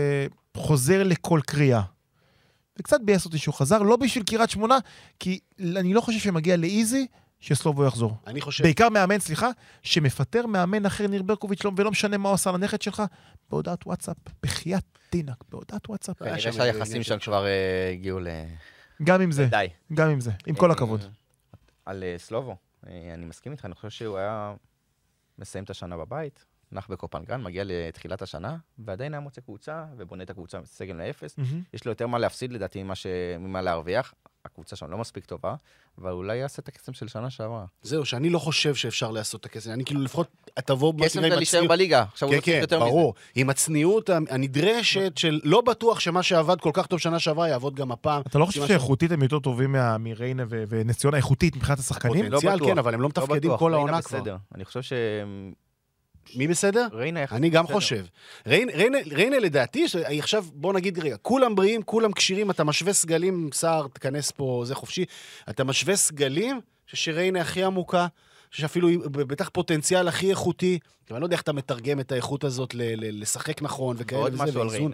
שחוזר לכל קריאה. וקצת בייס אותי שהוא חזר, לא בשביל קריית שמונה, כי אני לא חושב שמגיע לאיזי, שסלובו יחזור. אני חושב... בעיקר מאמן, סליחה, שמפטר מאמן אחר ניר ברקוביץ' ולא משנה מה הוא עשה לנכד שלך, בהודעת וואטסאפ, בחיית תינק, בהודעת וואטסאפ. כנראה שהיחסים שם כבר הגיעו ל... גם עם זה. די. גם עם זה, עם כל הכבוד. על סלובו, אני מסכים איתך, אני חושב שהוא היה מסיים את השנה בבית, נח בקופנגן, מגיע לתחילת השנה, ועדיין היה מוצא קבוצה, ובונה את הקבוצה סגל לאפס. יש לו יותר מה להפסיד, לדעתי, ממה להרוויח. הקבוצה שם לא מספיק טובה, אבל אולי יעשה את הקסם של שנה שעברה. זהו, שאני לא חושב שאפשר לעשות את הקסם. אני כאילו לפחות, תבוא... קסם זה להישאר בליגה. עכשיו הוא לא צריך יותר מזה. ברור. עם הצניעות הנדרשת של לא בטוח שמה שעבד כל כך טוב שנה שעברה יעבוד גם הפעם. אתה לא חושב שאיכותית הם יותר טובים מריינה ונס ציונה איכותית מבחינת השחקנים? פוטנציאל כן, אבל הם לא מתפקדים כל העונה כבר. אני חושב מי בסדר? ריינה. אני גם חושב. ריינה לדעתי, עכשיו בוא נגיד רגע, כולם בריאים, כולם קשירים, אתה משווה סגלים, שר, תכנס פה, זה חופשי, אתה משווה סגלים, שריינה הכי עמוקה, שאפילו בטח פוטנציאל הכי איכותי, אני לא יודע איך אתה מתרגם את האיכות הזאת לשחק נכון וכאלה וזה. ועוד משהו על ריינה.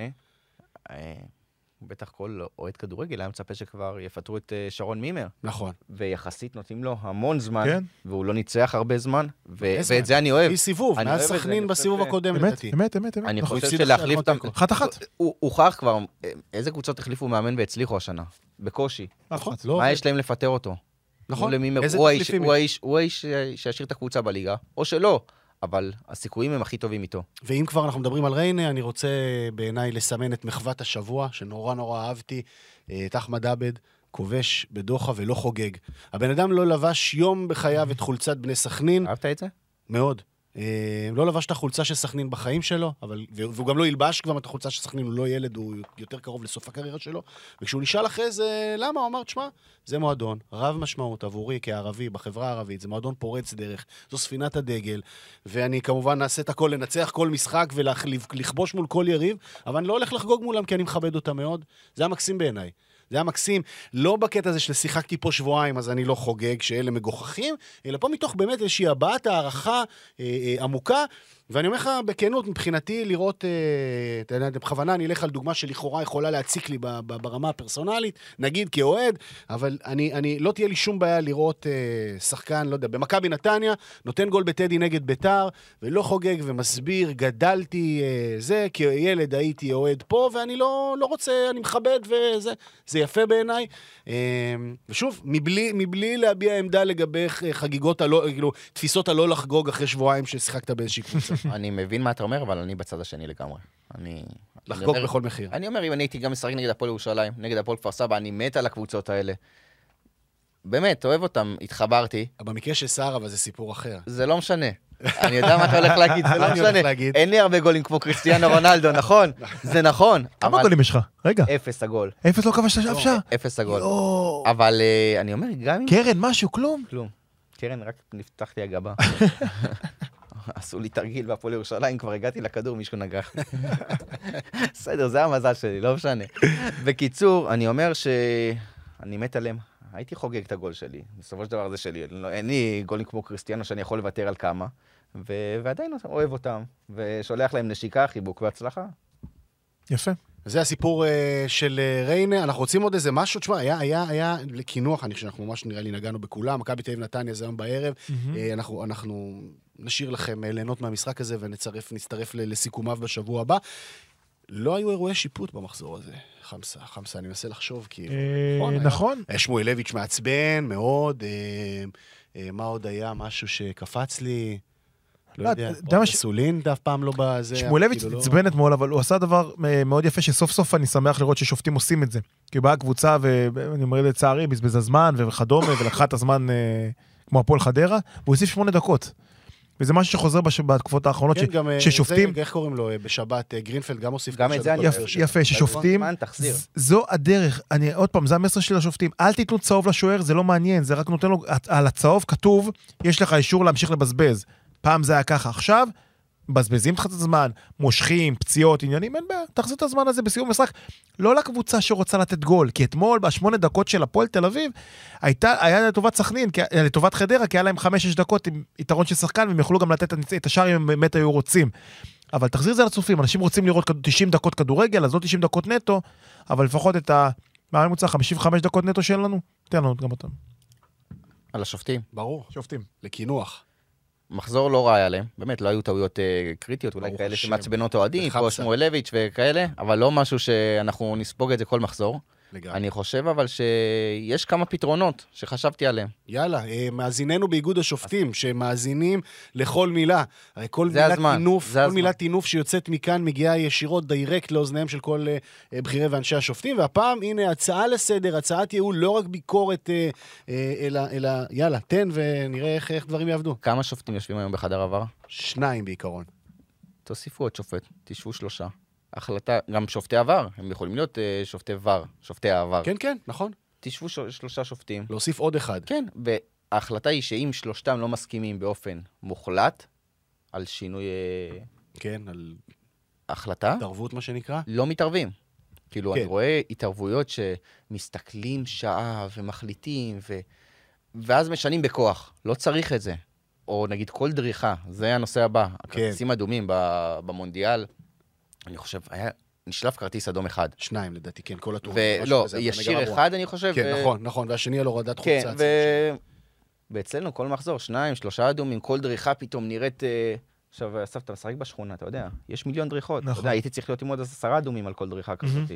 בטח כל אוהד כדורגל היה מצפה שכבר יפטרו את שרון מימר. נכון. ויחסית נותנים לו המון זמן, כן. והוא לא ניצח הרבה זמן, ו- ואת זה אני אוהב. היא סיבוב, מאז סכנין בסיבוב הקודם. אמת, אמת, אמת. אני חושב שלהחליף אותם... אחת אחת. הוא הוכח כבר, איזה קבוצות החליפו מאמן והצליחו השנה? בקושי. נכון. מה יש להם לפטר אותו? נכון. הוא האיש שישאיר את הקבוצה בליגה, או שלא. אבל הסיכויים הם הכי טובים איתו. ואם כבר אנחנו מדברים על ריינה, אני רוצה בעיניי לסמן את מחוות השבוע, שנורא נורא אהבתי, את אחמד עבד, כובש בדוחה ולא חוגג. הבן אדם לא לבש יום בחייו את חולצת בני סכנין. אהבת את זה? מאוד. לא לבש את החולצה של סכנין בחיים שלו, אבל, והוא גם לא ילבש כבר את החולצה של סכנין, הוא לא ילד, הוא יותר קרוב לסוף הקריירה שלו. וכשהוא נשאל אחרי זה, למה? הוא אמר, תשמע, זה מועדון, רב משמעות עבורי כערבי, בחברה הערבית, זה מועדון פורץ דרך, זו ספינת הדגל, ואני כמובן נעשה את הכל, לנצח כל משחק ולכבוש מול כל יריב, אבל אני לא הולך לחגוג מולם כי אני מכבד אותם מאוד. זה המקסים בעיניי. זה היה מקסים, לא בקטע הזה שלשיחקתי פה שבועיים, אז אני לא חוגג, שאלה מגוחכים, אלא פה מתוך באמת איזושהי הבעת הערכה אה, אה, עמוקה, ואני אומר לך בכנות, מבחינתי לראות, אה, בכוונה אני אלך על דוגמה שלכאורה יכולה להציק לי ברמה הפרסונלית, נגיד כאוהד, אבל אני, אני, לא תהיה לי שום בעיה לראות אה, שחקן, לא יודע, במכבי נתניה, נותן גול בטדי נגד ביתר, ולא חוגג ומסביר, גדלתי אה, זה, כי ילד הייתי אוהד פה, ואני לא, לא רוצה, אני מכבד וזה, זה יפה בעיניי. אה, ושוב, מבלי, מבלי להביע עמדה לגבי חגיגות הלא, כאילו, תפיסות הלא לחגוג אחרי שבועיים ששיחקת באיזושהי קבוצה. אני מבין מה אתה אומר, אבל אני בצד השני לגמרי. אני... לחגוג בכל מחיר. אני אומר, אם אני הייתי גם משחק נגד הפועל ירושלים, נגד הפועל כפר סבא, אני מת על הקבוצות האלה. באמת, אוהב אותם, התחברתי. במקרה של שר, אבל זה סיפור אחר. זה לא משנה. אני יודע מה אתה הולך להגיד, זה לא משנה. אין לי הרבה גולים כמו קריסטיאנו רונלדו, נכון? זה נכון. כמה גולים יש לך? רגע. אפס עגול. אפס לא כבשת אף שער? אפס עגול. אבל אני אומר, גם אם... קרן, משהו, כלום? כלום. קרן, רק נפתחתי הגבה. עשו לי תרגיל בהפועל ירושלים, כבר הגעתי לכדור, מישהו נגח. בסדר, זה המזל שלי, לא משנה. בקיצור, אני אומר שאני מת עליהם. הייתי חוגג את הגול שלי. בסופו של דבר זה שלי. אין לי גולים כמו קריסטיאנו שאני יכול לוותר על כמה. ועדיין אוהב אותם. ושולח להם נשיקה, חיבוק והצלחה. יפה. זה הסיפור uh, של uh, ריינה. אנחנו רוצים עוד איזה משהו, תשמע, היה, היה, היה לכינוח, אני חושב שאנחנו ממש נראה לי נגענו בכולם, מכבי תל אביב נתניה זה היום בערב, mm-hmm. uh, אנחנו, אנחנו נשאיר לכם uh, ליהנות מהמשחק הזה, ונצרף, נצטרף לסיכומיו בשבוע הבא. לא היו אירועי שיפוט במחזור הזה, חמסה, חמסה, אני מנסה לחשוב, כאילו. אה, נכון. היה שמואלביץ' מעצבן, מאוד, uh, uh, מה עוד היה, משהו שקפץ לי... לא יודע, סולין אף פעם לא בזה. שמואלביץ' עצבן אתמול, אבל הוא עשה דבר מאוד יפה, שסוף סוף אני שמח לראות ששופטים עושים את זה. כי באה קבוצה, ואני אומר לצערי, בזבז הזמן וכדומה, ולקחה את הזמן כמו הפועל חדרה, והוא הוסיף שמונה דקות. וזה משהו שחוזר בתקופות האחרונות, ששופטים... איך קוראים לו? בשבת, גרינפלד גם הוסיף... גם את זה אני... יפה, ששופטים... זו הדרך. אני, עוד פעם, זה המסר של השופטים. אל תיתנו צהוב לשוער, זה לא מעניין, זה רק נותן לו... על הצהוב כתוב, יש לך אישור להמשיך לבזבז. פעם זה היה ככה, עכשיו, בזבזים לך את הזמן, מושכים, פציעות, עניינים, אין בעיה, תחזיר את הזמן הזה בסיום משחק, לא לקבוצה שרוצה לתת גול, כי אתמול, בשמונה דקות של הפועל תל אביב, הייתה, היה לטובת סכנין, לטובת חדרה, כי היה להם חמש-שש דקות עם יתרון של שחקן, והם יכולו גם לתת את השאר אם באמת היו רוצים. אבל תחזיר את זה לצופים, אנשים רוצים לראות תשעים דקות כדורגל, אז לא תשעים דקות נטו, אבל לפחות את ה... מה הממוצע, חמישים וחמש דקות נטו שאין לנו? תן לנו גם אותם. על השופטים. ברור. שופטים. לכינוח. מחזור לא רע עליהם, באמת לא היו טעויות uh, קריטיות, אולי כאלה שמעצבנות אוהדים, פה שמואלביץ' וכאלה, אבל לא משהו שאנחנו נספוג את זה כל מחזור. לגמרי. אני חושב אבל שיש כמה פתרונות שחשבתי עליהם. יאללה, מאזיננו באיגוד השופטים, שמאזינים לכל מילה. הרי כל מילת תינוף, כל מילת תינוף שיוצאת מכאן מגיעה ישירות דיירקט לאוזניהם של כל uh, בחירי ואנשי השופטים, והפעם הנה הצעה לסדר, הצעת ייעול, לא רק ביקורת, uh, uh, אלא, אלא יאללה, תן ונראה איך, איך דברים יעבדו. כמה שופטים יושבים היום בחדר עבר? שניים בעיקרון. תוסיפו עוד שופט, תשבו שלושה. החלטה, גם שופטי עבר, הם יכולים להיות uh, שופטי עבר, שופטי העבר. כן, כן, נכון. תשבו ש- שלושה שופטים. להוסיף עוד אחד. כן, וההחלטה היא שאם שלושתם לא מסכימים באופן מוחלט, על שינוי כן, על החלטה. התערבות, מה שנקרא. לא מתערבים. כאילו, כן. אני רואה התערבויות שמסתכלים שעה ומחליטים, ו... ואז משנים בכוח. לא צריך את זה. או נגיד כל דריכה, זה הנושא הבא. כן. הכרטיסים אדומים במונדיאל, אני חושב, היה נשלף כרטיס אדום אחד. שניים, לדעתי, כן, כל הטור. ולא, ישיר אחד, אני חושב. כן, ו... נכון, נכון, והשני על הורדת כן, חולצה. ו... ואצלנו כל מחזור, שניים, שלושה אדומים, כל דריכה פתאום נראית... עכשיו, אסף, אתה משחק בשכונה, אתה יודע, יש מיליון דריכות. נכון. אתה יודע, הייתי צריך להיות עם עוד עשרה אדומים על כל דריכה כזאת.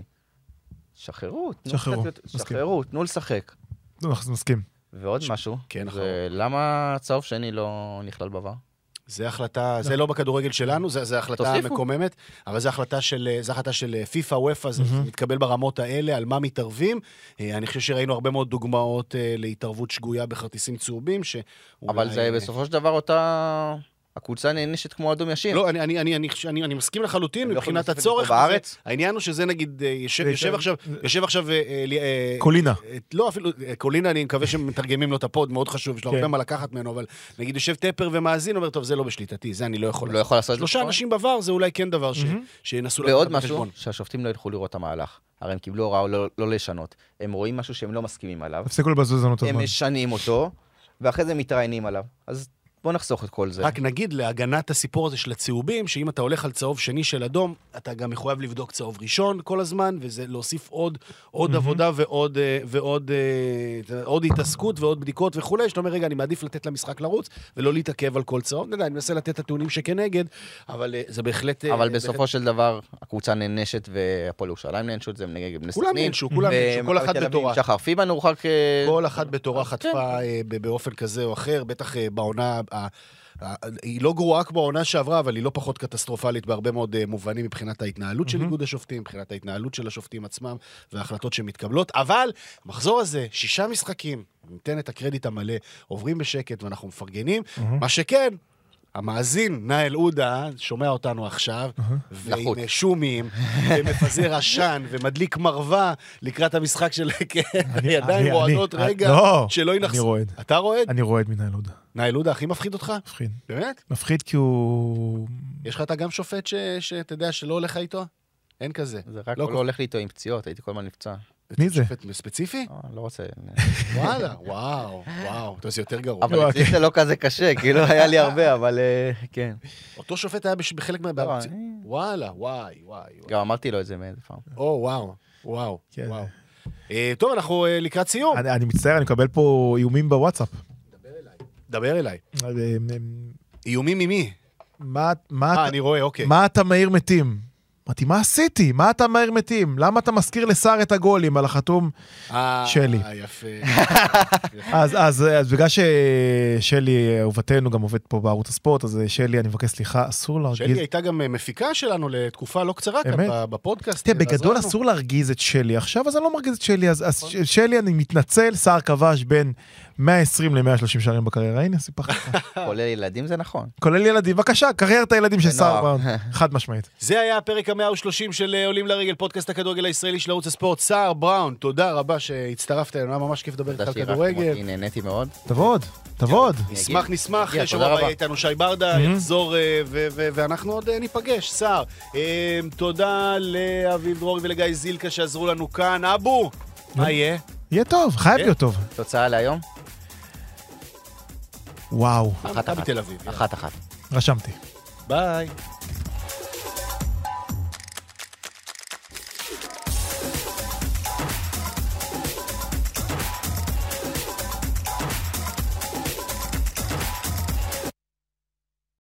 שחררו, שחררו, שחררו, תנו לשחק. מסכים. ועוד משהו, כן, נכון. למה צהוב שני לא נכלל בעבר? זה החלטה, זה לא בכדורגל שלנו, זה, זה החלטה מקוממת, אבל זה החלטה של, זה החלטה של פיפה, וופא, זה מתקבל ברמות האלה, על מה מתערבים. אני חושב שראינו הרבה מאוד דוגמאות להתערבות שגויה בכרטיסים צהובים, שאולי... אבל זה בסופו של דבר אותה... הקבוצה נענשת כמו אדום ישיר. לא, אני, אני, אני, אני, אני, אני מסכים לחלוטין מבחינת הצורך. בארץ? העניין הוא שזה נגיד, יושב, יושב עכשיו, יושב עכשיו... קולינה. לא, אפילו, קולינה, אני מקווה שמתרגמים לו את הפוד, מאוד חשוב, יש לו הרבה מה לקחת ממנו, אבל נגיד יושב טפר ומאזין, אומר, טוב, זה לא בשליטתי, זה אני לא יכול. לא יכול לעשות. שלושה אנשים בעבר, זה אולי כן דבר שינסו לקחת בחשבון. ועוד משהו, שהשופטים לא ילכו לראות את המהלך. הרי הם קיבלו הוראה לא לשנות. הם רואים משהו שהם לא מסכימים עליו. הפסיקו לבזבז לנו את הזמן. הם משנים אותו, ואחרי זה מתראיינים עליו. אז בוא נחסוך את כל זה. רק נגיד להגנת הסיפור הזה של הצהובים, שאם אתה הולך על צהוב שני של אדום, אתה גם מחויב לבדוק צהוב ראשון כל הזמן, וזה להוסיף עוד, עוד עבודה ועוד, ועוד, עוד התעסקות ועוד בדיקות וכולי. שאתה אומר, רגע, אני מעדיף לתת למשחק לרוץ, ולא להתעכב על כל צהוב. נדע, אני מנסה לתת את הטיעונים שכנגד, אבל זה בהחלט... אבל בסופו של דבר, הקבוצה נענשת, והפועל ירושלים נענשו את זה, כולם נענשו, כולם נענשו, כל אחד בתורה. שחר פיבן הורחק... כל אחד בתורה חטפה באופן כזה או אחר, בטח בעונה... היא לא גרועה כמו העונה שעברה, אבל היא לא פחות קטסטרופלית בהרבה מאוד מובנים מבחינת ההתנהלות של איגוד השופטים, מבחינת ההתנהלות של השופטים עצמם וההחלטות שמתקבלות, אבל המחזור הזה, שישה משחקים, ניתן את הקרדיט המלא, עוברים בשקט ואנחנו מפרגנים, מה שכן, המאזין, נאל עודה, שומע אותנו עכשיו, ועם שומים, ומפזר עשן, ומדליק מרווה לקראת המשחק של ידיים רועדות רגע, שלא ינחס... אני רועד. אתה רועד? אני רועד מנאל עודה. נאל עודה הכי מפחיד אותך? מפחיד. באמת? מפחיד כי הוא... יש לך אתה גם שופט שאתה יודע שלא הולך איתו? אין כזה. זה רק לא הולך לי איתו עם פציעות, הייתי כל מה נפצע. מי זה? שופט ספציפי? לא רוצה. וואלה, וואו, וואו, אתה עושה יותר גרוע. אבל אצלי זה לא כזה קשה, כאילו היה לי הרבה, אבל כן. אותו שופט היה בחלק מה... וואלה, וואי, וואי. גם אמרתי לו את זה מאיזה פעם. או, וואו, וואו, וואו. טוב, אנחנו לקראת סיום. אני מצטער, אני מקבל פה איומים בוואטסאפ. דבר אליי. איומים ממי? מה... אה, אני רואה, אוקיי. מה אתה מהיר מתים? אמרתי, מה עשיתי? מה אתה מהר מתים? למה אתה מזכיר לשר את הגולים על החתום שלי? אה, יפה. אז בגלל ששלי, אהובתנו, גם עובד פה בערוץ הספורט, אז שלי, אני מבקש סליחה, אסור להרגיז... שלי הייתה גם מפיקה שלנו לתקופה לא קצרה כאן בפודקאסט. תראה, בגדול אסור להרגיז את שלי. עכשיו, אז אני לא מרגיז את שלי. אז שלי, אני מתנצל, שר כבש בין מאה ועשרים ל-מאה ושלושים שערים בקריירה. הנה, סיפח לך. כולל ילדים זה נכון. כולל ילדים. בבקשה, קריירת הילדים של שר בראון. חד משמעית. זה היה הפרק ה-מאה ושלושים של עולים לרגל, פודקאסט הכדורגל הישראלי של ערוץ הספורט. שר בראון, תודה רבה שהצטרפת אלינו. היה ממש כיף לדבר איתך על כדורגל. נהניתי מאוד. תבוד, תבוד. נשמח, נשמח. שבוע הבא איתנו שי ברדה, יחזור ואנחנו עוד ניפגש. שר. תודה לאביב דרורי ולגיא זילקה שעזרו לנו כאן. אבו, מה יהיה? יהיה טוב, חייב להיות טוב. תוצאה להיום? וואו. אחת אחת. בתל אביב. אחת אחת. רשמתי. ביי.